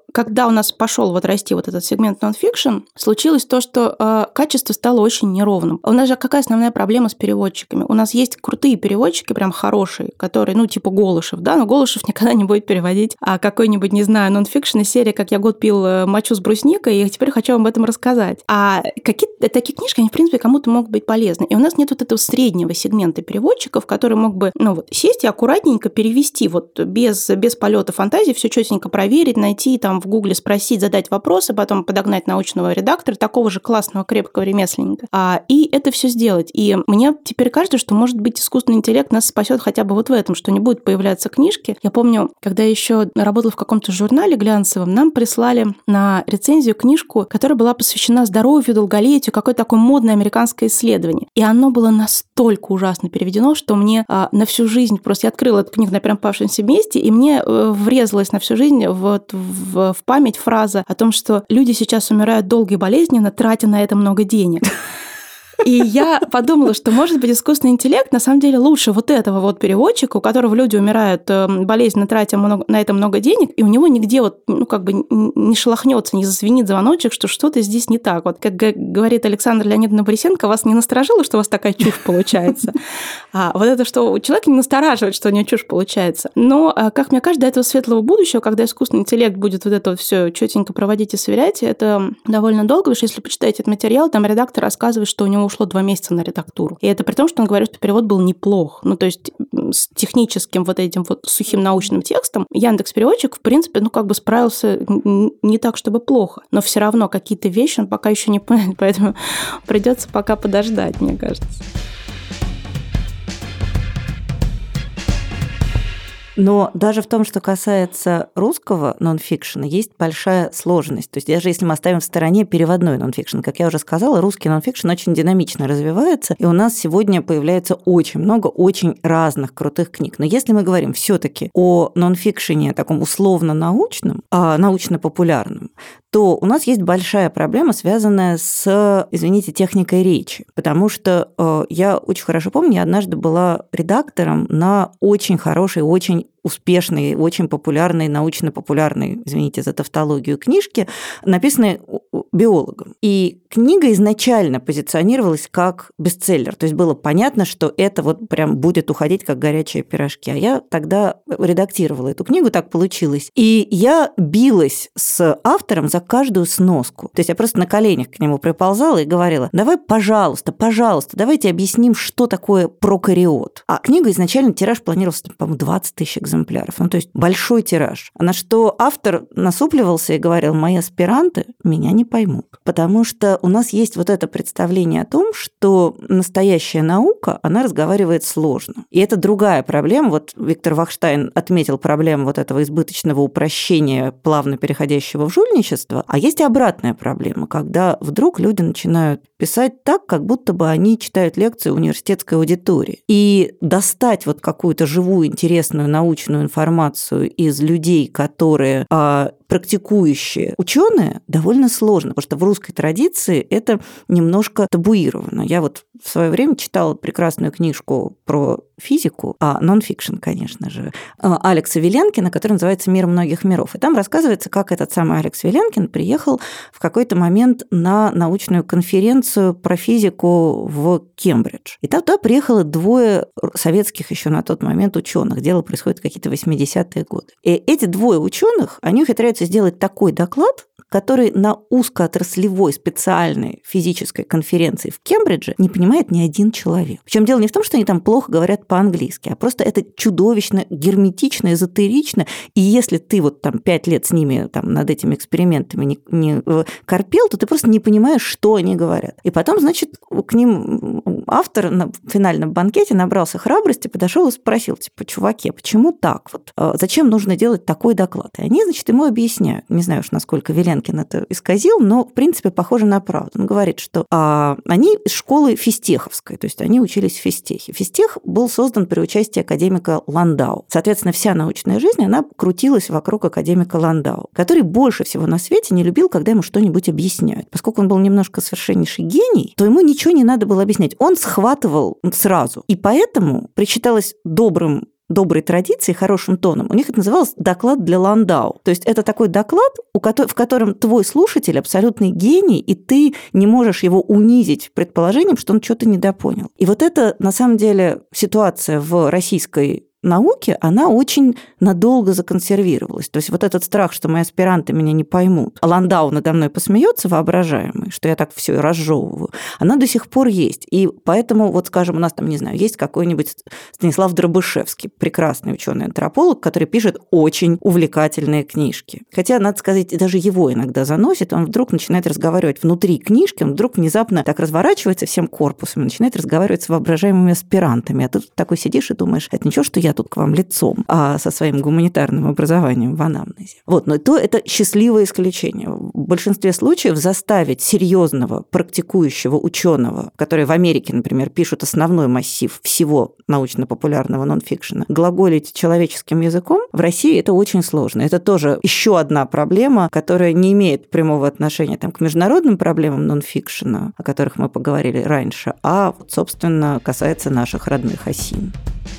когда у нас пошел вот расти вот этот сегмент нон-фикшн, случилось то, что качество стало очень неровным. У нас же какая основная проблема с переводчиками? У нас есть крутые переводчики, прям хорошие, которые, ну, типа Голышев, да, но Голышев никогда не будет переводить какой-нибудь, не знаю, нон-фикшн из серии «Как я год пил мочу с брусникой, и теперь хочу вам об этом рассказать». А какие-то такие книжки, они, в принципе, кому-то могут быть полезны. И у нас нет вот этого среднего сегмента переводчиков, который мог бы, ну, вот, сесть и аккуратненько перевести, вот, без полета фантазии, все четенько проверить, найти, там, в Гугле спросить, задать вопросы, потом подогнать научного редактора, такого же классного, крепкого ремесленника, и это все сделать. И мне теперь кажется, что, может быть, искусственный интеллект нас спасет хотя бы вот в этом, что не будут появляться книжки. Я помню, когда я еще работала в каком-то журнале глянцевом, нам прислали на рецензию книжку, которая была посвящена здоровью, долголетию, какое-то такое модное американское исследование. И оно было настолько ужасно переведено, что мне на всю жизнь, просто я открыла эту книгу на первом попавшемся месте, и мне врезалась на всю жизнь вот в память фраза о том, что люди сейчас умирают долго и болезненно, тратя на это много денег. И я подумала, что, может быть, искусственный интеллект на самом деле лучше вот этого вот переводчика, у которого люди умирают болезненно, тратя на это много денег, и у него нигде вот, ну, как бы не шелохнется, не зазвенит звоночек, что что-то здесь не так. Вот как говорит Александра Леонидовна Борисенко, вас не насторожило, что у вас такая чушь получается? А вот это, что у человека не настораживает, что у него чушь получается. Но, как мне кажется, до этого светлого будущего, когда искусственный интеллект будет вот это вот все четенько проводить и сверять, это довольно долго, потому что если почитаете этот материал, там редактор рассказывает, что у него ушло 2 месяца на редактуру. И это при том, что он говорит, что перевод был неплох. Ну, то есть с техническим вот этим вот сухим научным текстом Яндекс.Переводчик, в принципе, ну, как бы справился не так, чтобы плохо. Но все равно какие-то вещи он пока еще не понял, поэтому придется пока подождать, мне кажется. Но даже в том, что касается русского нонфикшена, есть большая сложность. То есть даже если мы оставим в стороне переводной нонфикшн, как я уже сказала, русский нонфикшн очень динамично развивается, и у нас сегодня появляется очень много очень разных крутых книг. Но если мы говорим все-таки о нонфикшене таком условно-научном, научно-популярном, то у нас есть большая проблема, связанная с, извините, техникой речи. Потому что я очень хорошо помню, я однажды была редактором на очень хорошей, очень успешной, очень популярной, научно-популярной, извините за тавтологию, книжки, написанной биологом. И книга изначально позиционировалась как бестселлер. То есть было понятно, что это вот прям будет уходить как горячие пирожки. А я тогда редактировала эту книгу, так получилось. И я билась с автором за каждую сноску. То есть я просто на коленях к нему приползала и говорила: давай, пожалуйста, давайте объясним, что такое прокариот. А книга изначально, тираж планировался, по-моему, 20 тысяч экземпляров. Ну, то есть большой тираж. На что автор насупливался и говорил: мои аспиранты меня не поймут. Потому что у нас есть вот это представление о том, что настоящая наука, она разговаривает сложно. И это другая проблема. Вот Виктор Вахштайн отметил проблему вот этого избыточного упрощения, плавно переходящего в жульничество. А есть и обратная проблема, когда вдруг люди начинают писать так, как будто бы они читают лекции университетской аудитории. И достать вот какую-то живую, интересную научную информацию из людей, которые практикующие ученые, довольно сложно, потому что в русской традиции это немножко табуировано. Я вот в свое время читала прекрасную книжку про физику, нон-фикшн, конечно же, Алекса Виленкина, который называется «Мир многих миров». И там рассказывается, как этот самый Алекс Виленкин приехал в какой-то момент на научную конференцию про физику в Кембридж. И туда приехало 2 советских еще на тот момент ученых. Дело происходит в какие-то 80-е годы. И эти 2 ученых, они ухитряются сделать такой доклад, который на узкоотраслевой специальной физической конференции в Кембридже не понимает ни один человек. Причем дело не в том, что они там плохо говорят по-английски, а просто это чудовищно герметично, эзотерично, и если ты вот там 5 лет с ними там, над этими экспериментами не корпел, то ты просто не понимаешь, что они говорят. И потом, значит, к ним автор на финальном банкете набрался храбрости, подошел и спросил, типа: чуваки, почему так? Вот, зачем нужно делать такой доклад? И они, значит, ему объясняют. Не знаю уж, насколько Виленкин это исказил, но, в принципе, похоже на правду. Он говорит, что они из школы физтеховской, то есть они учились в физтехе. Физтех был создан при участии академика Ландау. Соответственно, вся научная жизнь, она крутилась вокруг академика Ландау, который больше всего на свете не любил, когда ему что-нибудь объясняют. Поскольку он был немножко совершеннейший гений, то ему ничего не надо было объяснять. Он схватывал сразу. И поэтому причиталось добрым доброй традицией, хорошим тоном, у них это называлось доклад для Ландау. То есть это такой доклад, в котором твой слушатель абсолютный гений, и ты не можешь его унизить предположением, что он что-то недопонял. И вот это, на самом деле, ситуация в российской науки, она очень надолго законсервировалась. То есть вот этот страх, что мои аспиранты меня не поймут, а Ландау надо мной посмеется воображаемый, что я так все разжевываю, она до сих пор есть. И поэтому, вот скажем, у нас там, не знаю, есть какой-нибудь Станислав Дробышевский, прекрасный ученый-антрополог, который пишет очень увлекательные книжки. Хотя, надо сказать, даже его иногда заносит, он вдруг начинает разговаривать внутри книжки, он вдруг внезапно так разворачивается всем корпусом и начинает разговаривать с воображаемыми аспирантами. А ты такой сидишь и думаешь, это ничего, что я тут к вам лицом, а со своим гуманитарным образованием в анамнезе. Вот, но то это счастливое исключение. В большинстве случаев заставить серьезного практикующего ученого, который в Америке, например, пишут основной массив всего научно-популярного нонфикшена, глаголить человеческим языком, в России это очень сложно. Это тоже еще одна проблема, которая не имеет прямого отношения к международным проблемам нонфикшена, о которых мы поговорили раньше, а, собственно, касается наших родных осин.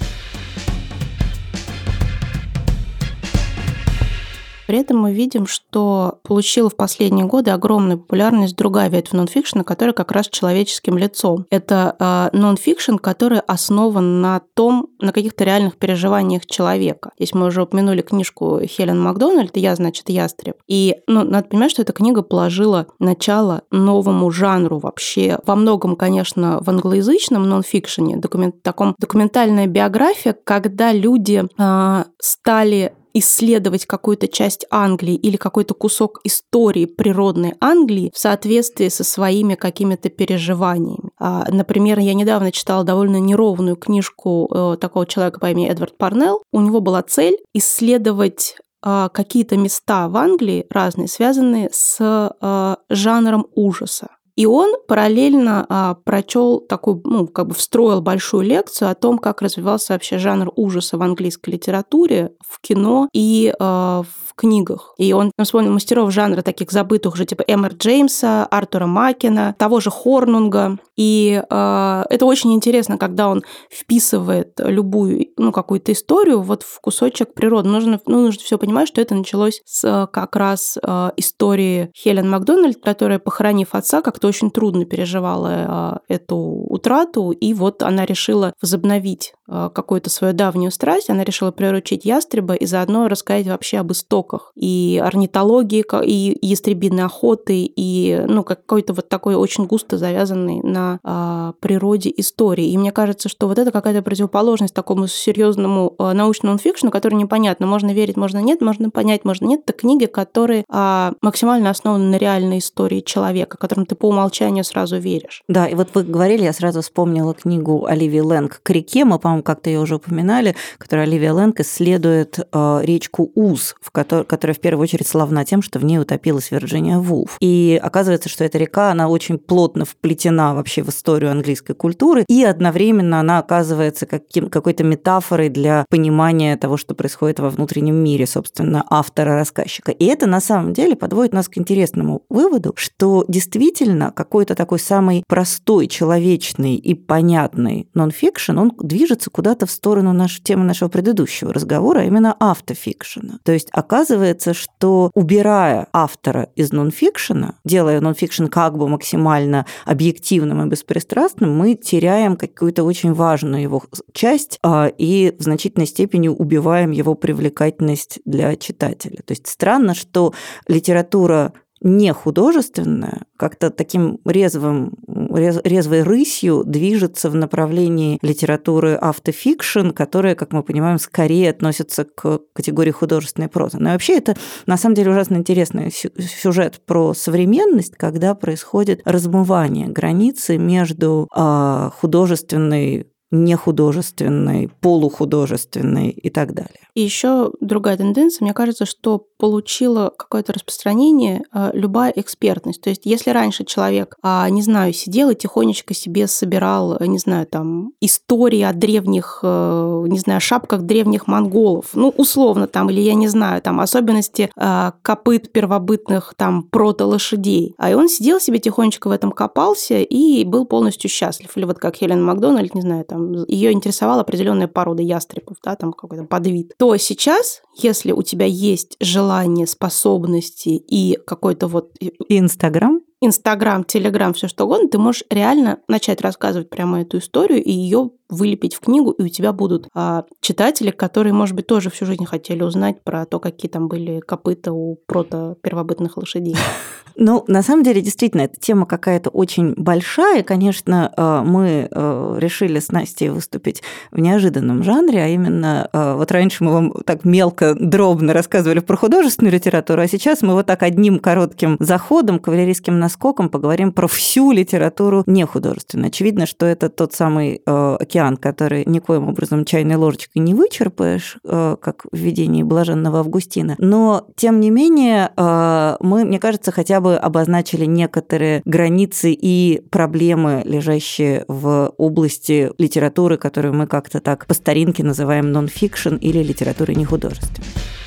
При этом мы видим, что получила в последние годы огромную популярность другая ветвь нонфикшена, которая как раз человеческим лицом. Это нонфикшн, который основан на каких-то реальных переживаниях человека. Здесь мы уже упомянули книжку Хелен Макдональд «Я, значит, ястреб». И надо понимать, что эта книга положила начало новому жанру вообще. Во многом, конечно, в англоязычном нонфикшене, таком документальная биография, когда люди стали исследовать какую-то часть Англии или какой-то кусок истории природной Англии в соответствии со своими какими-то переживаниями. Например, я недавно читала довольно неровную книжку такого человека по имени Эдвард Парнелл. У него была цель исследовать какие-то места в Англии разные, связанные с жанром ужаса. И он параллельно прочел такую, встроил большую лекцию о том, как развивался вообще жанр ужаса в английской литературе, в кино и в книгах. И он вспомнил мастеров жанра таких забытых уже, типа Эммер Джеймса, Артура Маккена, того же Хорнунга. И это очень интересно, когда он вписывает любую, какую-то историю вот в кусочек природы. Нужно все понимать, что это началось с как раз истории Хелен Макдональд, которая, похоронив отца, как-то очень трудно переживала эту утрату, и вот она решила возобновить какую-то свою давнюю страсть, она решила приручить ястреба и заодно рассказать вообще об истоках и орнитологии, и ястребиной охоты, и какой-то вот такой очень густо завязанный на природе истории. И мне кажется, что вот это какая-то противоположность такому серьезному научному фикшену, который непонятно, можно верить, можно нет, можно понять, можно нет. Это книги, которые максимально основаны на реальной истории человека, которым ты по умолчанию сразу веришь. Да, и вот вы говорили, я сразу вспомнила книгу Оливии Лэнг «К реке», мы, по-моему, как-то ее уже упоминали, которая Оливия Лэнг исследует речку Уз, которая в первую очередь славна тем, что в ней утопилась Вирджиния Вулф. И оказывается, что эта река, она очень плотно вплетена вообще в историю английской культуры, и одновременно она оказывается какой-то метафорой для понимания того, что происходит во внутреннем мире, собственно, автора-рассказчика. И это на самом деле подводит нас к интересному выводу, что действительно какой-то такой самый простой, человечный и понятный нонфикшн, он движется куда-то в сторону темы нашего предыдущего разговора, а именно автофикшена. То есть оказывается, что убирая автора из нонфикшена, делая нонфикшн как бы максимально объективным и беспристрастным, мы теряем какую-то очень важную его часть и в значительной степени убиваем его привлекательность для читателя. То есть странно, что литература не художественная, как-то таким резвой рысью движется в направлении литературы автофикшн, которая, как мы понимаем, скорее относится к категории художественной прозы. Но вообще это, на самом деле, ужасно интересный сюжет про современность, когда происходит размывание границы между художественной, нехудожественной, полухудожественной и так далее. И еще другая тенденция, мне кажется, что получила какое-то распространение любая экспертность. То есть если раньше человек, сидел и тихонечко себе собирал, истории о древних, шапках древних монголов, условно или особенности копыт первобытных протолошадей. И он сидел себе тихонечко в этом копался и был полностью счастлив. Или вот как Хелен Макдональд, там, ее интересовала определенная порода ястребов, да, там какой-то подвид, то сейчас, если у тебя есть желание, способности и какой-то вот... Инстаграм, Телеграм, все что угодно, ты можешь реально начать рассказывать прямо эту историю и ее вылепить в книгу, и у тебя будут читатели, которые, может быть, тоже всю жизнь хотели узнать про то, какие там были копыта у первобытных лошадей. Ну, на самом деле, действительно, эта тема какая-то очень большая. Конечно, мы решили с Настей выступить в неожиданном жанре, а именно вот раньше мы вам так мелко, дробно рассказывали про художественную литературу, а сейчас мы вот так одним коротким заходом, кавалерийским наскоком поговорим про всю литературу нехудожественную. Очевидно, что это тот самый океан, который никоим образом чайной ложечкой не вычерпаешь, как в видении блаженного Августина. Но, тем не менее, мы, мне кажется, хотя бы обозначили некоторые границы и проблемы, лежащие в области литературы, которую мы как-то так по старинке называем нон-фикшн или литературой нехудожественной.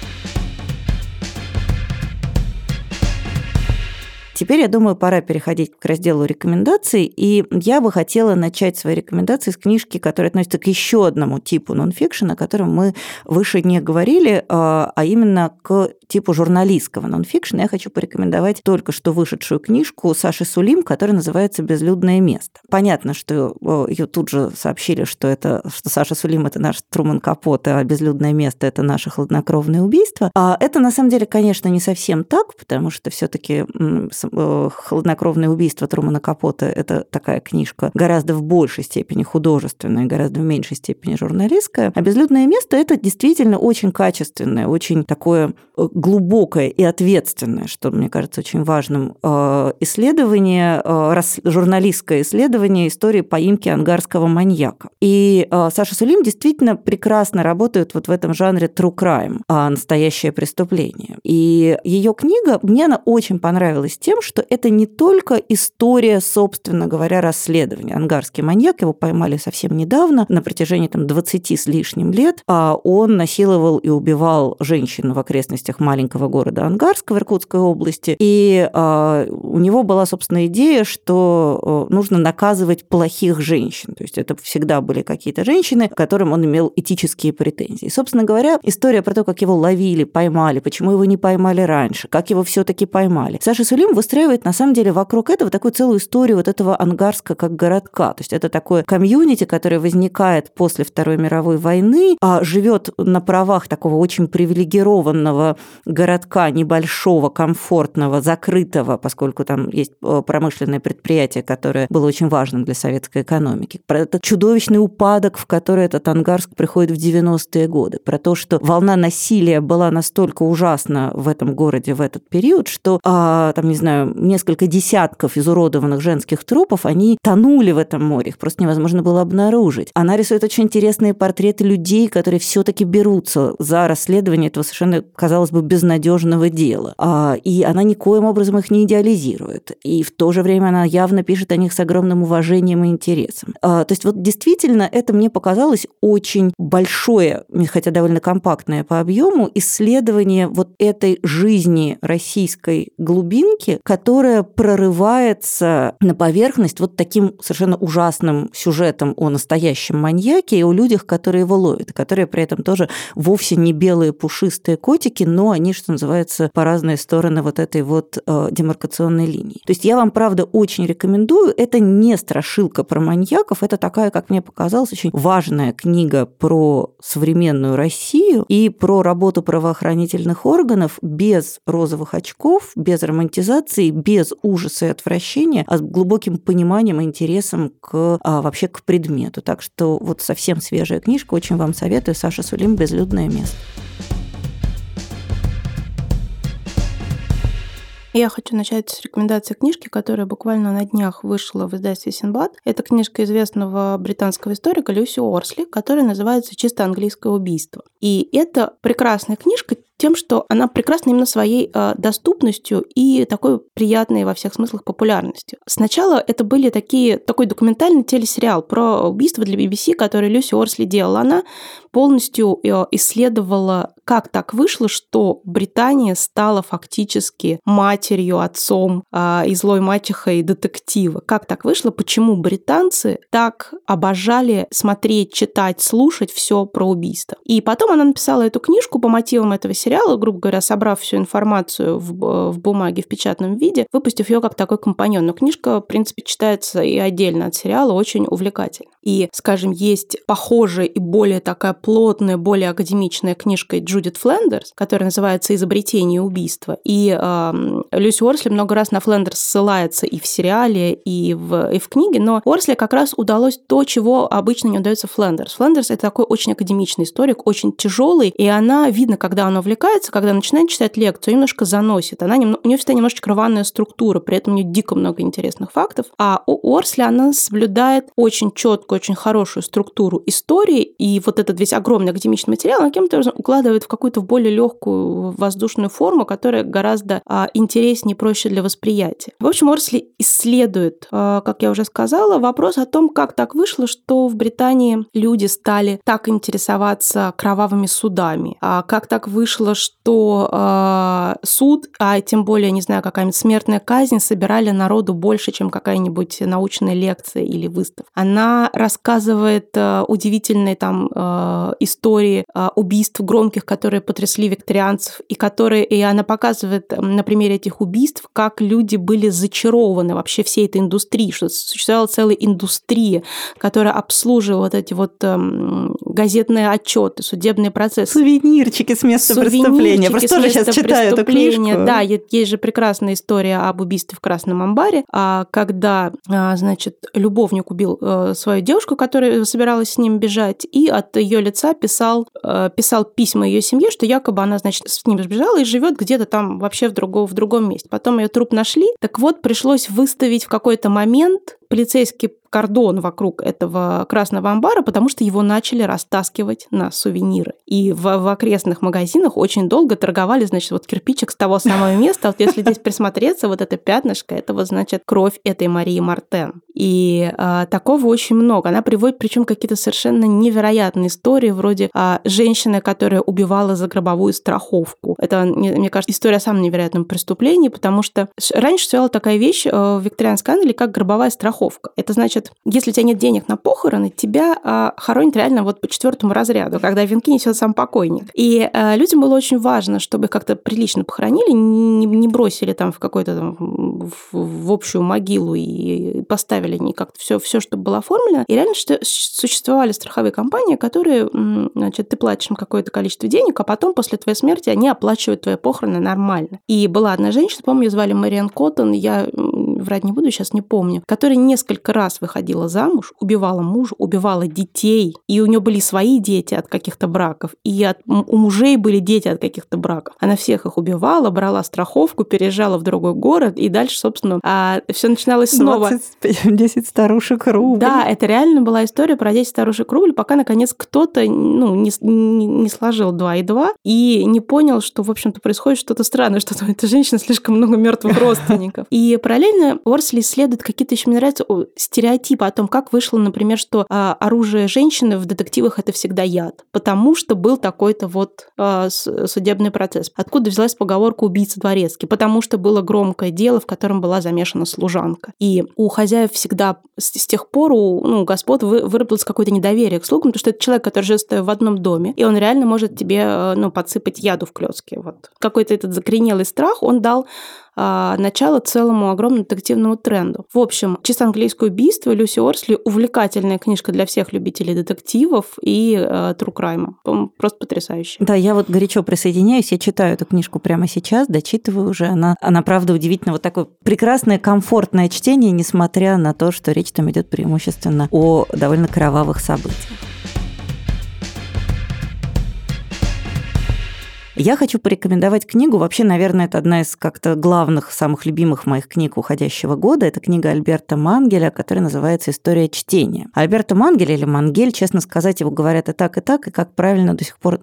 Теперь, я думаю, пора переходить к разделу рекомендаций, и я бы хотела начать свои рекомендации с книжки, которая относится к еще одному типу нонфикшена, о котором мы выше не говорили, а именно к типу журналистского нонфикшена. Я хочу порекомендовать только что вышедшую книжку Саши Сулим, которая называется «Безлюдное место». Понятно, что ее тут же сообщили, что Саша Сулим – это наш Труман Капоте, а «Безлюдное место» – это наше хладнокровное убийство. А это, на самом деле, конечно, не совсем так, потому что все-таки «Хладнокровное убийство» Трумана Капоте – это такая книжка гораздо в большей степени художественная, гораздо в меньшей степени журналистская. А «Безлюдное место» – это действительно очень качественное, очень такое глубокое и ответственное, что, мне кажется, очень важным, исследование, журналистское исследование истории поимки ангарского маньяка. И Саша Сулим действительно прекрасно работает вот в этом жанре true crime, настоящее преступление. И ее книга, мне она очень понравилась тем, что это не только история, собственно говоря, расследования. Ангарский маньяк, его поймали совсем недавно, на протяжении 20 с лишним лет. Он насиловал и убивал женщин в окрестностях маленького города Ангарска в Иркутской области. И у него была, собственно, идея, что нужно наказывать плохих женщин. То есть это всегда были какие-то женщины, к которым он имел этические претензии. И, собственно говоря, история про то, как его ловили, поймали, почему его не поймали раньше, как его все-таки поймали. Саша Сулим выстраивает, на самом деле, вокруг этого такую целую историю вот этого Ангарска как городка. То есть это такое комьюнити, которое возникает после Второй мировой войны, живет на правах такого очень привилегированного городка, небольшого, комфортного, закрытого, поскольку там есть промышленное предприятие, которое было очень важным для советской экономики. Про этот чудовищный упадок, в который этот Ангарск приходит в 90-е годы. Про то, что волна насилия была настолько ужасна в этом городе в этот период, что там, не знаю, несколько десятков изуродованных женских трупов, они тонули в этом море, их просто невозможно было обнаружить. Она рисует очень интересные портреты людей, которые все-таки берутся за расследование этого совершенно, казалось бы, безнадежного дела. И она никоим образом их не идеализирует. И в то же время она явно пишет о них с огромным уважением и интересом. То есть вот действительно это мне показалось очень большое, хотя довольно компактное по объему, исследование вот этой жизни российской глубинки, которая прорывается на поверхность вот таким совершенно ужасным сюжетом о настоящем маньяке и о людях, которые его ловят, которые при этом тоже вовсе не белые пушистые котики, но они, что называется, по разные стороны вот этой вот демаркационной линии. То есть я вам, правда, очень рекомендую. Это не страшилка про маньяков, это такая, как мне показалось, очень важная книга про современную Россию и про работу правоохранительных органов без розовых очков, без романтизации, без ужаса и отвращения, а с глубоким пониманием и интересом вообще к предмету. Так что вот совсем свежая книжка, очень вам советую. Саша Сулим «Безлюдное место». Я хочу начать с рекомендации книжки, которая буквально на днях вышла в издательстве «Синдбад». Это книжка известного британского историка Люси Уорсли, которая называется «Чисто английское убийство». И это прекрасная книжка тем, что она прекрасна именно своей доступностью и такой приятной во всех смыслах популярностью. Сначала это были такой документальный телесериал про убийство для BBC, который Люси Уорсли делала. Она полностью исследовала, как так вышло, что Британия стала фактически матерью, отцом и злой мачехой детектива. Как так вышло, почему британцы так обожали смотреть, читать, слушать все про убийство. И потом она написала эту книжку по мотивам этого сериала, грубо говоря, собрав всю информацию в бумаге, в печатном виде, выпустив ее как такой компаньон. Но книжка, в принципе, читается и отдельно от сериала, очень увлекательно. И, скажем, есть похожая и более такая плотная, более академичная книжка Джудит Флендерс, которая называется «Изобретение убийства». И Люси Уорсли много раз на Флендерс ссылается и в сериале, и в книге, но Уорсли как раз удалось то, чего обычно не удается Флендерс. Флендерс — это такой очень академичный историк, очень тяжелый, и она, видно, когда она увлекается, когда начинает читать лекцию, немножко заносит. У нее всегда немножечко рваная структура, при этом у нее дико много интересных фактов. А у Уорсли она соблюдает очень четкую, очень хорошую структуру истории, и вот этот весь огромный академичный материал она каким-то образом укладывает в какую-то более легкую воздушную форму, которая гораздо интереснее и проще для восприятия. В общем, Уорсли исследует, как я уже сказала, вопрос о том, как так вышло, что в Британии люди стали так интересоваться кровавыми судами. Как так вышло, что суд, а тем более, не знаю, какая-нибудь смертная казнь собирали народу больше, чем какая-нибудь научная лекция или выставка. Она рассказывает удивительные там истории убийств громких, которые потрясли викторианцев, и она показывает на примере этих убийств, как люди были зачарованы вообще всей этой индустрией, что существовала целая индустрия, которая обслуживала вот эти вот газетные отчеты, судебные процессы. Сувенирчики с места преступления. Просто тоже сейчас читаю эту книжку. Да, есть же прекрасная история об убийстве в Красном амбаре, когда, значит, любовник убил свою девушку, которая собиралась с ним бежать, и от ее лица писал письма ее семье, что якобы она, значит, с ним сбежала и живет где-то там вообще в другом месте. Потом ее труп нашли. Так вот, пришлось выставить в какой-то момент полицейский кордон вокруг этого Красного амбара, потому что его начали растаскивать на сувениры. И в окрестных магазинах очень долго торговали, значит, вот кирпичик с того самого места. Вот если здесь присмотреться, вот это пятнышко, это вот, значит, кровь этой Марии Мартен. И такого очень много. Она приводит, причем какие-то совершенно невероятные истории, вроде женщины, которая убивала за гробовую страховку. Это, мне кажется, история о самом невероятном преступлении, потому что раньше существовала такая вещь в викторианской Англии, как гробовая страховка. Это значит, если у тебя нет денег на похороны, тебя хоронят реально вот по 4 разряду, когда венки несет сам покойник. И людям было очень важно, чтобы их как-то прилично похоронили, не бросили там в какую-то там, в общую могилу и поставили как-то все, чтобы было оформлено. И реально существовали страховые компании, которые, значит, ты платишь им какое-то количество денег, а потом после твоей смерти они оплачивают твои похороны нормально. И была одна женщина, помню, ее звали Мэриан Коттон, я врать не буду, сейчас не помню, которая несколько раз выходила замуж, убивала мужа, убивала детей, и у нее были свои дети от каких-то браков, и у мужей были дети от каких-то браков. Она всех их убивала, брала страховку, переезжала в другой город, и дальше, собственно, все начиналось снова. 10 старушек рубль. Да, это реально была история про 10 старушек рубль, пока, наконец, кто-то не сложил 2 и 2 и не понял, что, в общем-то, происходит что-то странное, что у этой женщины слишком много мертвых родственников. И параллельно Уорсли исследует какие-то еще, мне нравятся, стереотипы о том, как вышло, например, что оружие женщины в детективах – это всегда яд, потому что был такой-то вот судебный процесс. Откуда взялась поговорка «убийца дворецкий»? Потому что было громкое дело, в котором была замешана служанка. И у хозяев всегда с тех пор у господ выработалось какое-то недоверие к слугам, потому что это человек, который живет в одном доме, и он реально может тебе подсыпать яду в клёцки. Вот. Какой-то этот закоренелый страх, он дал начало целому огромному детективному тренду. В общем, «Чисто английское убийство» Люси Уорсли – увлекательная книжка для всех любителей детективов и true crime. Просто потрясающая. Да, я вот горячо присоединяюсь, я читаю эту книжку прямо сейчас, дочитываю уже. Она правда, удивительно, вот такое прекрасное, комфортное чтение, несмотря на то, что речь там идет преимущественно о довольно кровавых событиях. Я хочу порекомендовать книгу. Вообще, наверное, это одна из как-то главных, самых любимых моих книг уходящего года. Это книга Альберто Мангеля, которая называется «История чтения». Альберто Мангель или Мангель, честно сказать, его говорят и так, и как правильно до сих пор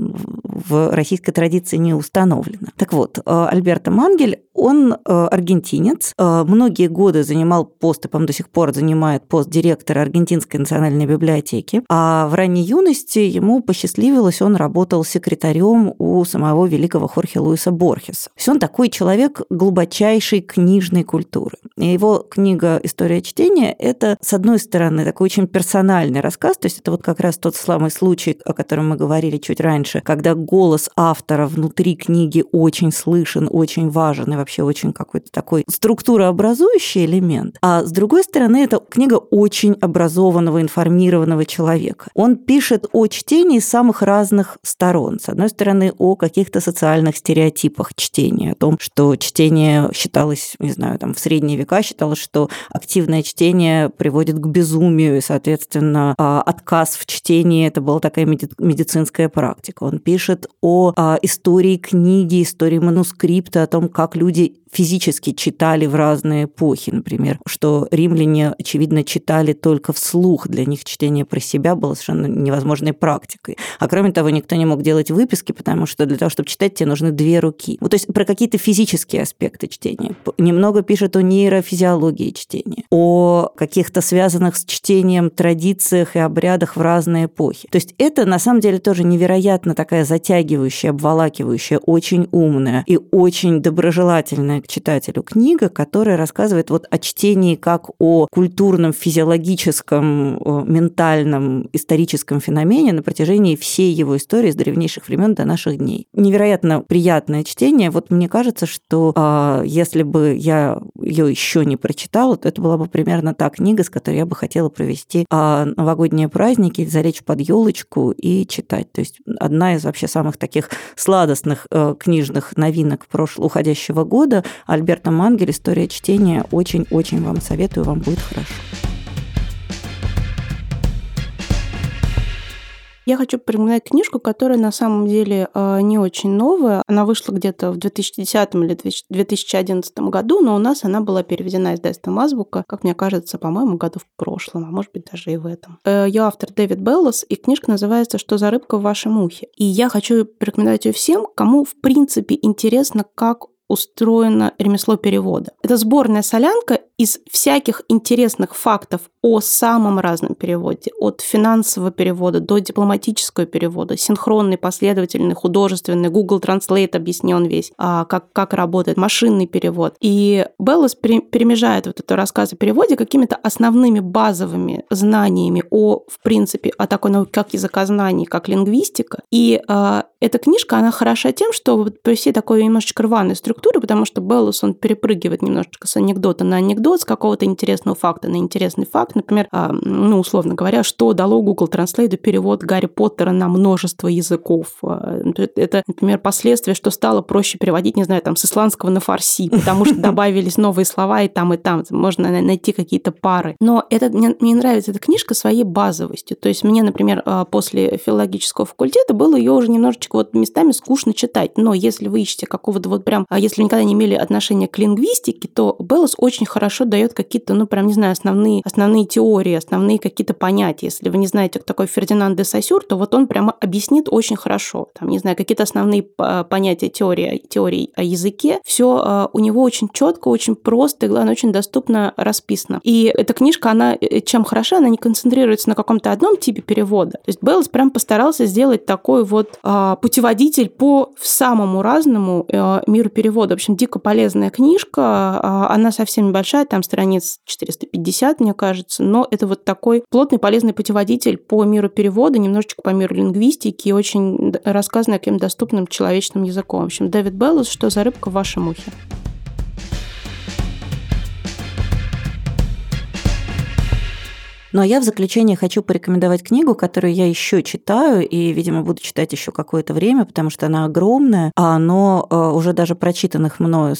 в российской традиции не установлено. Так вот, Альберто Мангель, он аргентинец, многие годы занимал пост, и, по-моему, до сих пор занимает пост директора Аргентинской национальной библиотеки, а в ранней юности ему посчастливилось, он работал секретарем у самого великого Хорхе Луиса Борхеса. То есть он такой человек глубочайшей книжной культуры. И его книга «История чтения» – это, с одной стороны, такой очень персональный рассказ, то есть это вот как раз тот самый случай, о котором мы говорили чуть раньше, когда голос автора внутри книги очень слышен, очень важен и вообще очень какой-то такой структурообразующий элемент. А с другой стороны, это книга очень образованного, информированного человека. Он пишет о чтении с самых разных сторон. С одной стороны, о каких-то социальных стереотипах чтения, о том, что чтение считалось, не знаю, там в средние века считалось, что активное чтение приводит к безумию, и, соответственно, отказ в чтении – это была такая медицинская практика. Он пишет о истории книги, истории манускрипта, о том, как люди физически читали в разные эпохи, например, что римляне, очевидно, читали только вслух, для них чтение про себя было совершенно невозможной практикой. А кроме того, никто не мог делать выписки, потому что для того, чтобы читать, тебе нужны 2 руки. Вот, то есть про какие-то физические аспекты чтения. Немного пишет о нейрофизиологии чтения, о каких-то связанных с чтением традициях и обрядах в разные эпохи. То есть это, на самом деле, тоже невероятно такая затягивающая, обволакивающая, очень умная и очень доброжелательная к читателю книга, которая рассказывает вот о чтении как о культурном, физиологическом, ментальном, историческом феномене на протяжении всей его истории с древнейших времен до наших дней. Невероятно приятное чтение. Вот мне кажется, что если бы я ее еще не прочитала, то это была бы примерно та книга, с которой я бы хотела провести новогодние праздники, залечь под елочку и читать. То есть одна из вообще самых таких сладостных книжных новинок уходящего года. Альберто Мангель «История чтения». Очень-очень вам советую, вам будет хорошо. Я хочу порекомендовать книжку, которая на самом деле не очень новая. Она вышла где-то в 2010 или 2011 году, но у нас она была переведена издательством «Азбука», как мне кажется, по-моему, году в прошлом, а может быть, даже и в этом. Ее автор Дэвид Беллос, и книжка называется «Что за рыбка в вашем ухе?». И я хочу порекомендовать ее всем, кому, в принципе, интересно, как устроено ремесло перевода. Это сборная солянка из всяких интересных фактов о самом разном переводе, от финансового перевода до дипломатического перевода, синхронный, последовательный, художественный, Google Translate объяснен весь, как работает машинный перевод. И Беллос перемежает вот это рассказ о переводе какими-то основными базовыми знаниями в принципе, о такой науке, как языкознание, как лингвистика. И эта книжка, она хороша тем, что вот при всей такой немножечко рваной структуре, потому что Беллос, он перепрыгивает немножечко с анекдота на анекдот, с какого-то интересного факта на интересный факт. Например, условно говоря, что дало Google Translate перевод Гарри Поттера на множество языков. Это, например, последствия, что стало проще переводить, не знаю, там, с исландского на фарси, потому что добавились новые слова и там. Можно найти какие-то пары. Но мне нравится эта книжка своей базовостью. То есть мне, например, после филологического факультета было ее уже немножечко вот местами скучно читать. Но если вы ищете какого-то вот прям, если вы никогда не имели отношения к лингвистике, то Беллос очень хорошо дает какие-то, основные теории, основные какие-то понятия. Если вы не знаете, кто такой Фердинанд де Сосюр, то вот он прямо объяснит очень хорошо. Какие-то основные понятия теории о языке. Все у него очень четко, очень просто и, главное, очень доступно расписано. И эта книжка, она чем хороша, она не концентрируется на каком-то одном типе перевода. То есть Беллос прям постарался сделать такой вот путеводитель по самому разному миру перевода. В общем, дико полезная книжка. Она совсем небольшая, там страниц 450, мне кажется, но это вот такой плотный, полезный путеводитель по миру перевода, немножечко по миру лингвистики и очень рассказанный каким-то доступным человечным языком. В общем, Дэвид Беллос «Что за рыбка в вашем ухе?». Ну, а я в заключение хочу порекомендовать книгу, которую я еще читаю, и, видимо, буду читать еще какое-то время, потому что она огромная, но уже даже прочитанных мною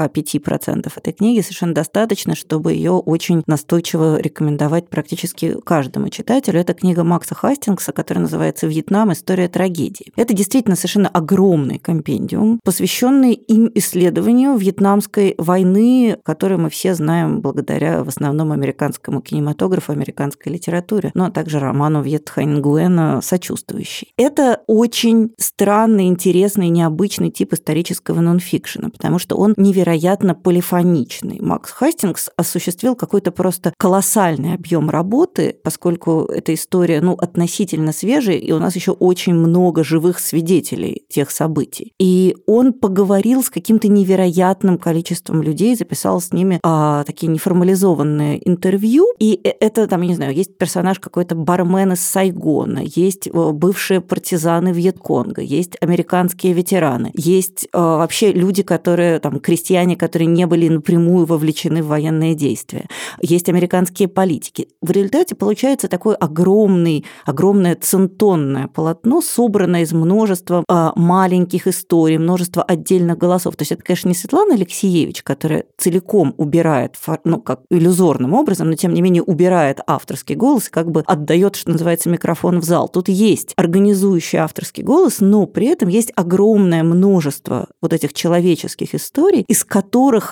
45% этой книги совершенно достаточно, чтобы ее очень настойчиво рекомендовать практически каждому читателю. Это книга Макса Хастингса, которая называется «Вьетнам. История трагедии». Это действительно совершенно огромный компендиум, посвященный им исследованию вьетнамской войны, которую мы все знаем благодаря в основном американскому кинематографу, американской литературе, ну а также роману Вьет Хань Нгуэна «Сочувствующий». Это очень странный, интересный, необычный тип исторического нонфикшена, потому что он невероятно полифоничный. Макс Хастингс осуществил какой-то просто колоссальный объем работы, поскольку эта история, относительно свежая, и у нас еще очень много живых свидетелей тех событий. И он поговорил с каким-то невероятным количеством людей, записал с ними такие неформализованные интервью, и это, я не знаю, есть персонаж какой-то бармен из Сайгона, есть бывшие партизаны Вьетконга, есть американские ветераны, есть вообще люди, которые, крестьяне, которые не были напрямую вовлечены в военные действия, есть американские политики. В результате получается такое огромное центонное полотно, собранное из множества маленьких историй, множества отдельных голосов. То есть это, конечно, не Светлана Алексеевич, которая целиком убирает, как иллюзорным образом, но тем не менее убирает авторский голос и как бы отдает, что называется, микрофон в зал. Тут есть организующий авторский голос, но при этом есть огромное множество вот этих человеческих историй, из которых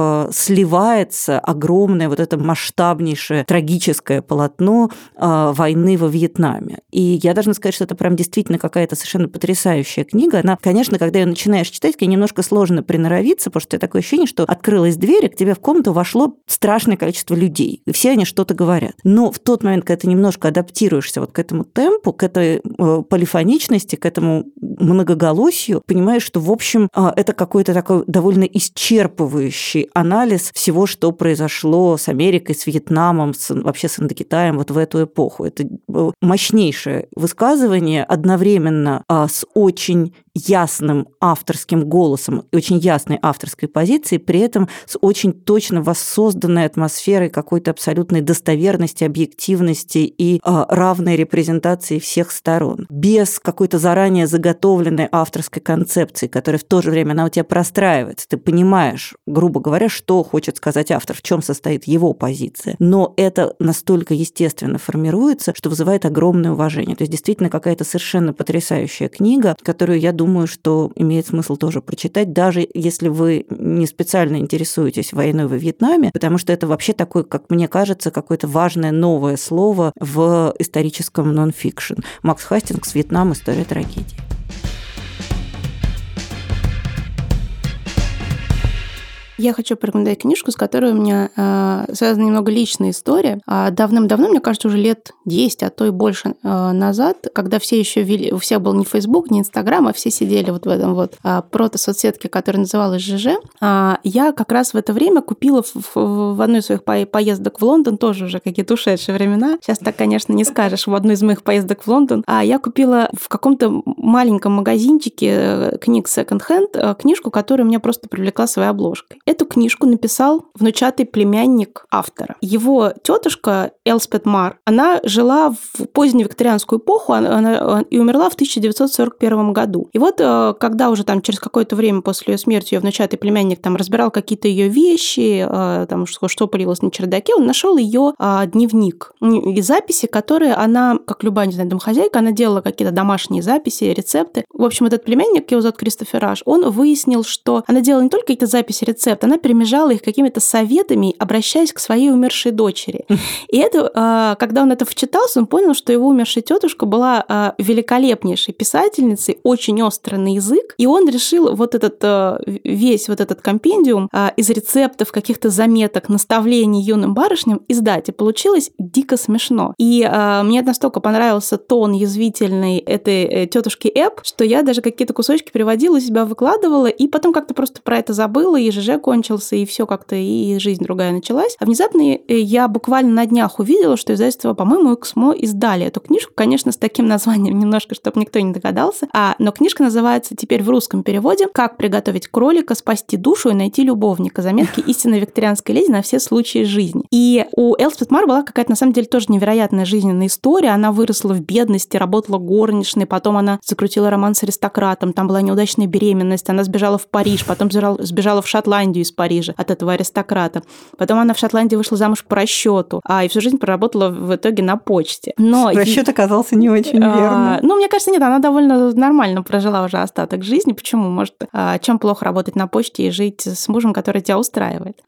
сливается огромное вот это масштабнейшее трагическое полотно войны во Вьетнаме. И я должна сказать, что это прям действительно какая-то совершенно потрясающая книга. Она, конечно, когда ее начинаешь читать, к ней немножко сложно приноровиться, потому что у тебя такое ощущение, что открылась дверь, и к тебе в комнату вошло страшное количество людей, и все они что-то говорят. Но в тот момент, когда ты немножко адаптируешься вот к этому темпу, к этой полифоничности, к этому многоголосию, понимаешь, что, в общем, это какой-то такой довольно исчерпывающий анализ всего, что произошло с Америкой, с Вьетнамом, вообще с Индокитаем вот в эту эпоху. Это мощнейшее высказывание одновременно с очень ясным авторским голосом и очень ясной авторской позицией, при этом с очень точно воссозданной атмосферой какой-то абсолютной достоверности, объективности и равной репрезентации всех сторон. Без какой-то заранее заготовленной авторской концепции, которая в то же время она у тебя простраивается. Ты понимаешь, грубо говоря, что хочет сказать автор, в чем состоит его позиция. Но это настолько естественно формируется, что вызывает огромное уважение. То есть действительно какая-то совершенно потрясающая книга, которую, я думаю, что имеет смысл тоже прочитать, даже если вы не специально интересуетесь войной во Вьетнаме, потому что это вообще такое, как мне кажется, какое-то важное новое слово в историческом нон-фикшн. Макс Хастингс «Вьетнам. История трагедии». Я хочу порекомендовать книжку, с которой у меня связана немного личная история. Давным-давно, мне кажется, уже лет 10, а то и больше назад, когда все еще вели, у всех был не Facebook, не Instagram, а все сидели вот в этом вот прото-соцсетке, которая называлась ЖЖ, я как раз в это время купила в одной из своих поездок в Лондон, тоже уже какие-то ушедшие времена, сейчас так, конечно, не скажешь, в одной из моих поездок в Лондон, я купила в каком-то маленьком магазинчике книг секонд-хенд книжку, которая меня просто привлекла своей обложкой. Эту книжку написал внучатый племянник автора. Его тетушка Элспет Мар, она жила в поздневикторианскую эпоху и умерла в 1941 году. И вот когда уже там через какое-то время после ее смерти ее внучатый племянник там разбирал какие-то ее вещи, там что пылилось на чердаке, он нашел ее дневник и записи, которые она, как любая, не знаю, домохозяйка, она делала какие-то домашние записи, рецепты. В общем, этот племянник, его зовут Кристофер Раш, он выяснил, что она делала не только какие-то записи, рецепты, она перемежала их какими-то советами, обращаясь к своей умершей дочери. И это, когда он это вчитался, он понял, что его умершая тетушка была великолепнейшей писательницей, очень острый на язык, и он решил вот этот весь вот этот компендиум из рецептов, каких-то заметок, наставлений юным барышням издать. И получилось дико смешно. И мне настолько понравился тон язвительный этой тетушки Эб, что я даже какие-то кусочки переводила, себя выкладывала, и потом как-то просто про это забыла, и ЖЖ закончился, и все как-то, и жизнь другая началась. А внезапно я буквально на днях увидела, что издательство, по-моему, Эксмо издали эту книжку, конечно, с таким названием немножко, чтобы никто не догадался. Но книжка называется теперь в русском переводе «Как приготовить кролика, спасти душу и найти любовника. Заметки истинной викторианской леди на все случаи жизни». И у Элспет Мар была какая-то, на самом деле, тоже невероятная жизненная история. Она выросла в бедности, работала горничной, потом она закрутила роман с аристократом, там была неудачная беременность, она сбежала в Париж, потом сбежала в Шотландию из Парижа от этого аристократа. Потом она в Шотландии вышла замуж по расчету, и всю жизнь проработала в итоге на почте. Но расчет оказался не очень верным. Мне кажется, нет, она довольно нормально прожила уже остаток жизни. Почему? Может, чем плохо работать на почте и жить с мужем, который тебя устраивает?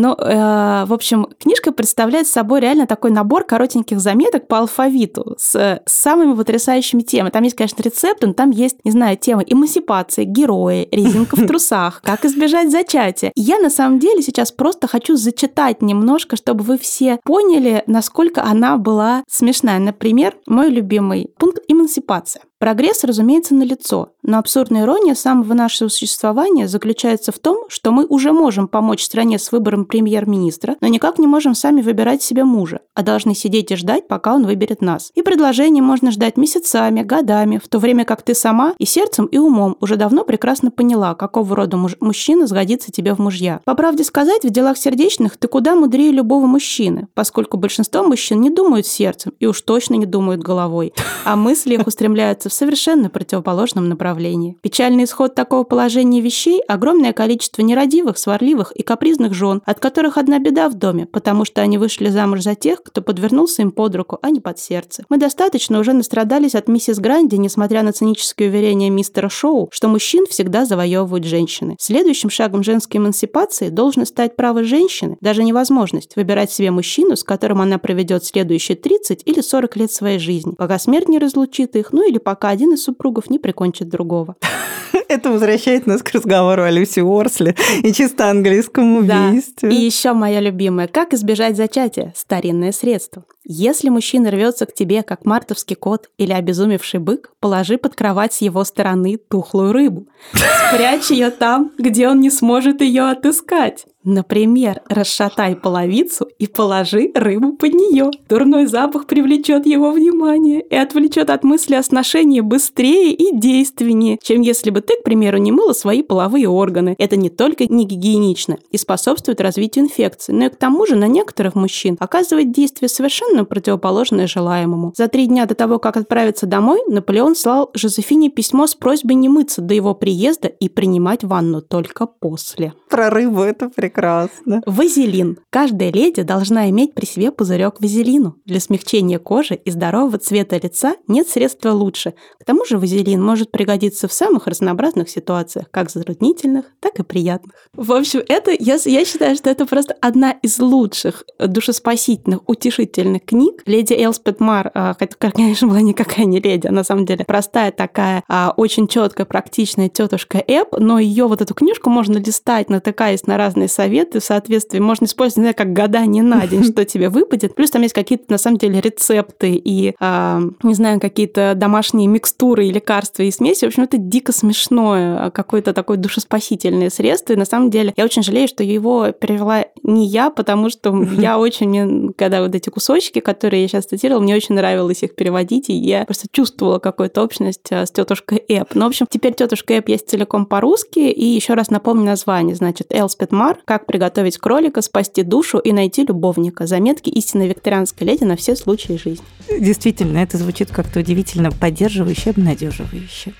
В общем, книжка представляет собой реально такой набор коротеньких заметок по алфавиту с самыми потрясающими темами. Там есть, конечно, рецепты, но там есть, не знаю, темы эмансипации, герои, резинка в трусах, как избежать зачатия. И я, на самом деле, сейчас просто хочу зачитать немножко, чтобы вы все поняли, насколько она была смешная. Например, мой любимый пункт – эмансипация. Прогресс, разумеется, налицо, но абсурдная ирония самого нашего существования заключается в том, что мы уже можем помочь стране с выбором премьер-министра, но никак не можем сами выбирать себе мужа, а должны сидеть и ждать, пока он выберет нас. И предложений можно ждать месяцами, годами, в то время как ты сама и сердцем, и умом уже давно прекрасно поняла, какого рода мужчина сгодится тебе в мужья. По правде сказать, в делах сердечных ты куда мудрее любого мужчины, поскольку большинство мужчин не думают сердцем и уж точно не думают головой, а мысли их устремляются в совершенно противоположном направлении. Печальный исход такого положения вещей – огромное количество нерадивых, сварливых и капризных жен, от которых одна беда в доме, потому что они вышли замуж за тех, кто подвернулся им под руку, а не под сердце. Мы достаточно уже настрадались от миссис Гранди, несмотря на цинические уверения мистера Шоу, что мужчин всегда завоевывают женщины. Следующим шагом женской эмансипации должно стать право женщины, даже невозможность выбирать себе мужчину, с которым она проведет следующие 30 или 40 лет своей жизни, пока смерть не разлучит их, или пока один из супругов не прикончит другого. Это возвращает нас к разговору о Люси Уорсли и чисто английском убийстве. Да. И еще моя любимая. Как избежать зачатия? Старинное средство. Если мужчина рвется к тебе, как мартовский кот или обезумевший бык, положи под кровать с его стороны тухлую рыбу. Спрячь ее там, где он не сможет ее отыскать. Например, расшатай половицу и положи рыбу под нее. Дурной запах привлечет его внимание и отвлечет от мысли о сношении быстрее и действеннее, чем если бы ты, к примеру, не мыла свои половые органы. Это не только не гигиенично и способствует развитию инфекций, но и к тому же на некоторых мужчин оказывает действие совершенно противоположное желаемому. За 3 дня до того, как отправиться домой, Наполеон слал Жозефине письмо с просьбой не мыться до его приезда и принимать ванну только после. Про рыбу это прекрасно. Вазелин. Каждая леди должна иметь при себе пузырек вазелину. Для смягчения кожи и здорового цвета лица нет средства лучше. К тому же вазелин может пригодиться в самых разнообразных ситуациях, как затруднительных, так и приятных. В общем, это я считаю, что это просто одна из лучших душеспасительных, утешительных книг. Леди Элспет Мар, конечно, была никакая не леди, а на самом деле простая такая, очень четкая, практичная тетушка Эб, но ее вот эту книжку можно листать, натыкаясь на разные советы в соответствии. Можно использовать, не знаю, как гадание на день, что тебе выпадет. Плюс там есть какие-то, на самом деле, рецепты и, не знаю, какие-то домашние микстуры и лекарства и смеси. В общем, это дико смешное, какое-то такое душеспасительное средство. И на самом деле я очень жалею, что его перевела не я, потому что я очень, когда вот эти кусочки, которые я сейчас цитировала, мне очень нравилось их переводить, и я просто чувствовала какую-то общность с тетушкой Эб. Но, в общем, теперь тетушка Эб есть целиком по-русски, и еще раз напомню название. Значит, Элспет Мар «Как приготовить кролика, спасти душу и найти любовника. Заметки истинной викторианской леди на все случаи жизни». Действительно, это звучит как-то удивительно поддерживающе, обнадеживающе.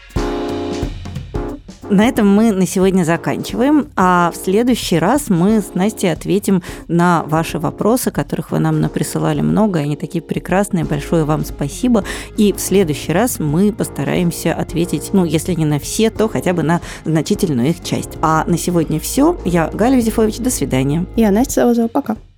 На этом мы на сегодня заканчиваем, а в следующий раз мы с Настей ответим на ваши вопросы, которых вы нам наприсылали много, они такие прекрасные, большое вам спасибо, и в следующий раз мы постараемся ответить, если не на все, то хотя бы на значительную их часть. А на сегодня все. Я Галя Юзефович, до свидания. Я Настя Савозова, пока.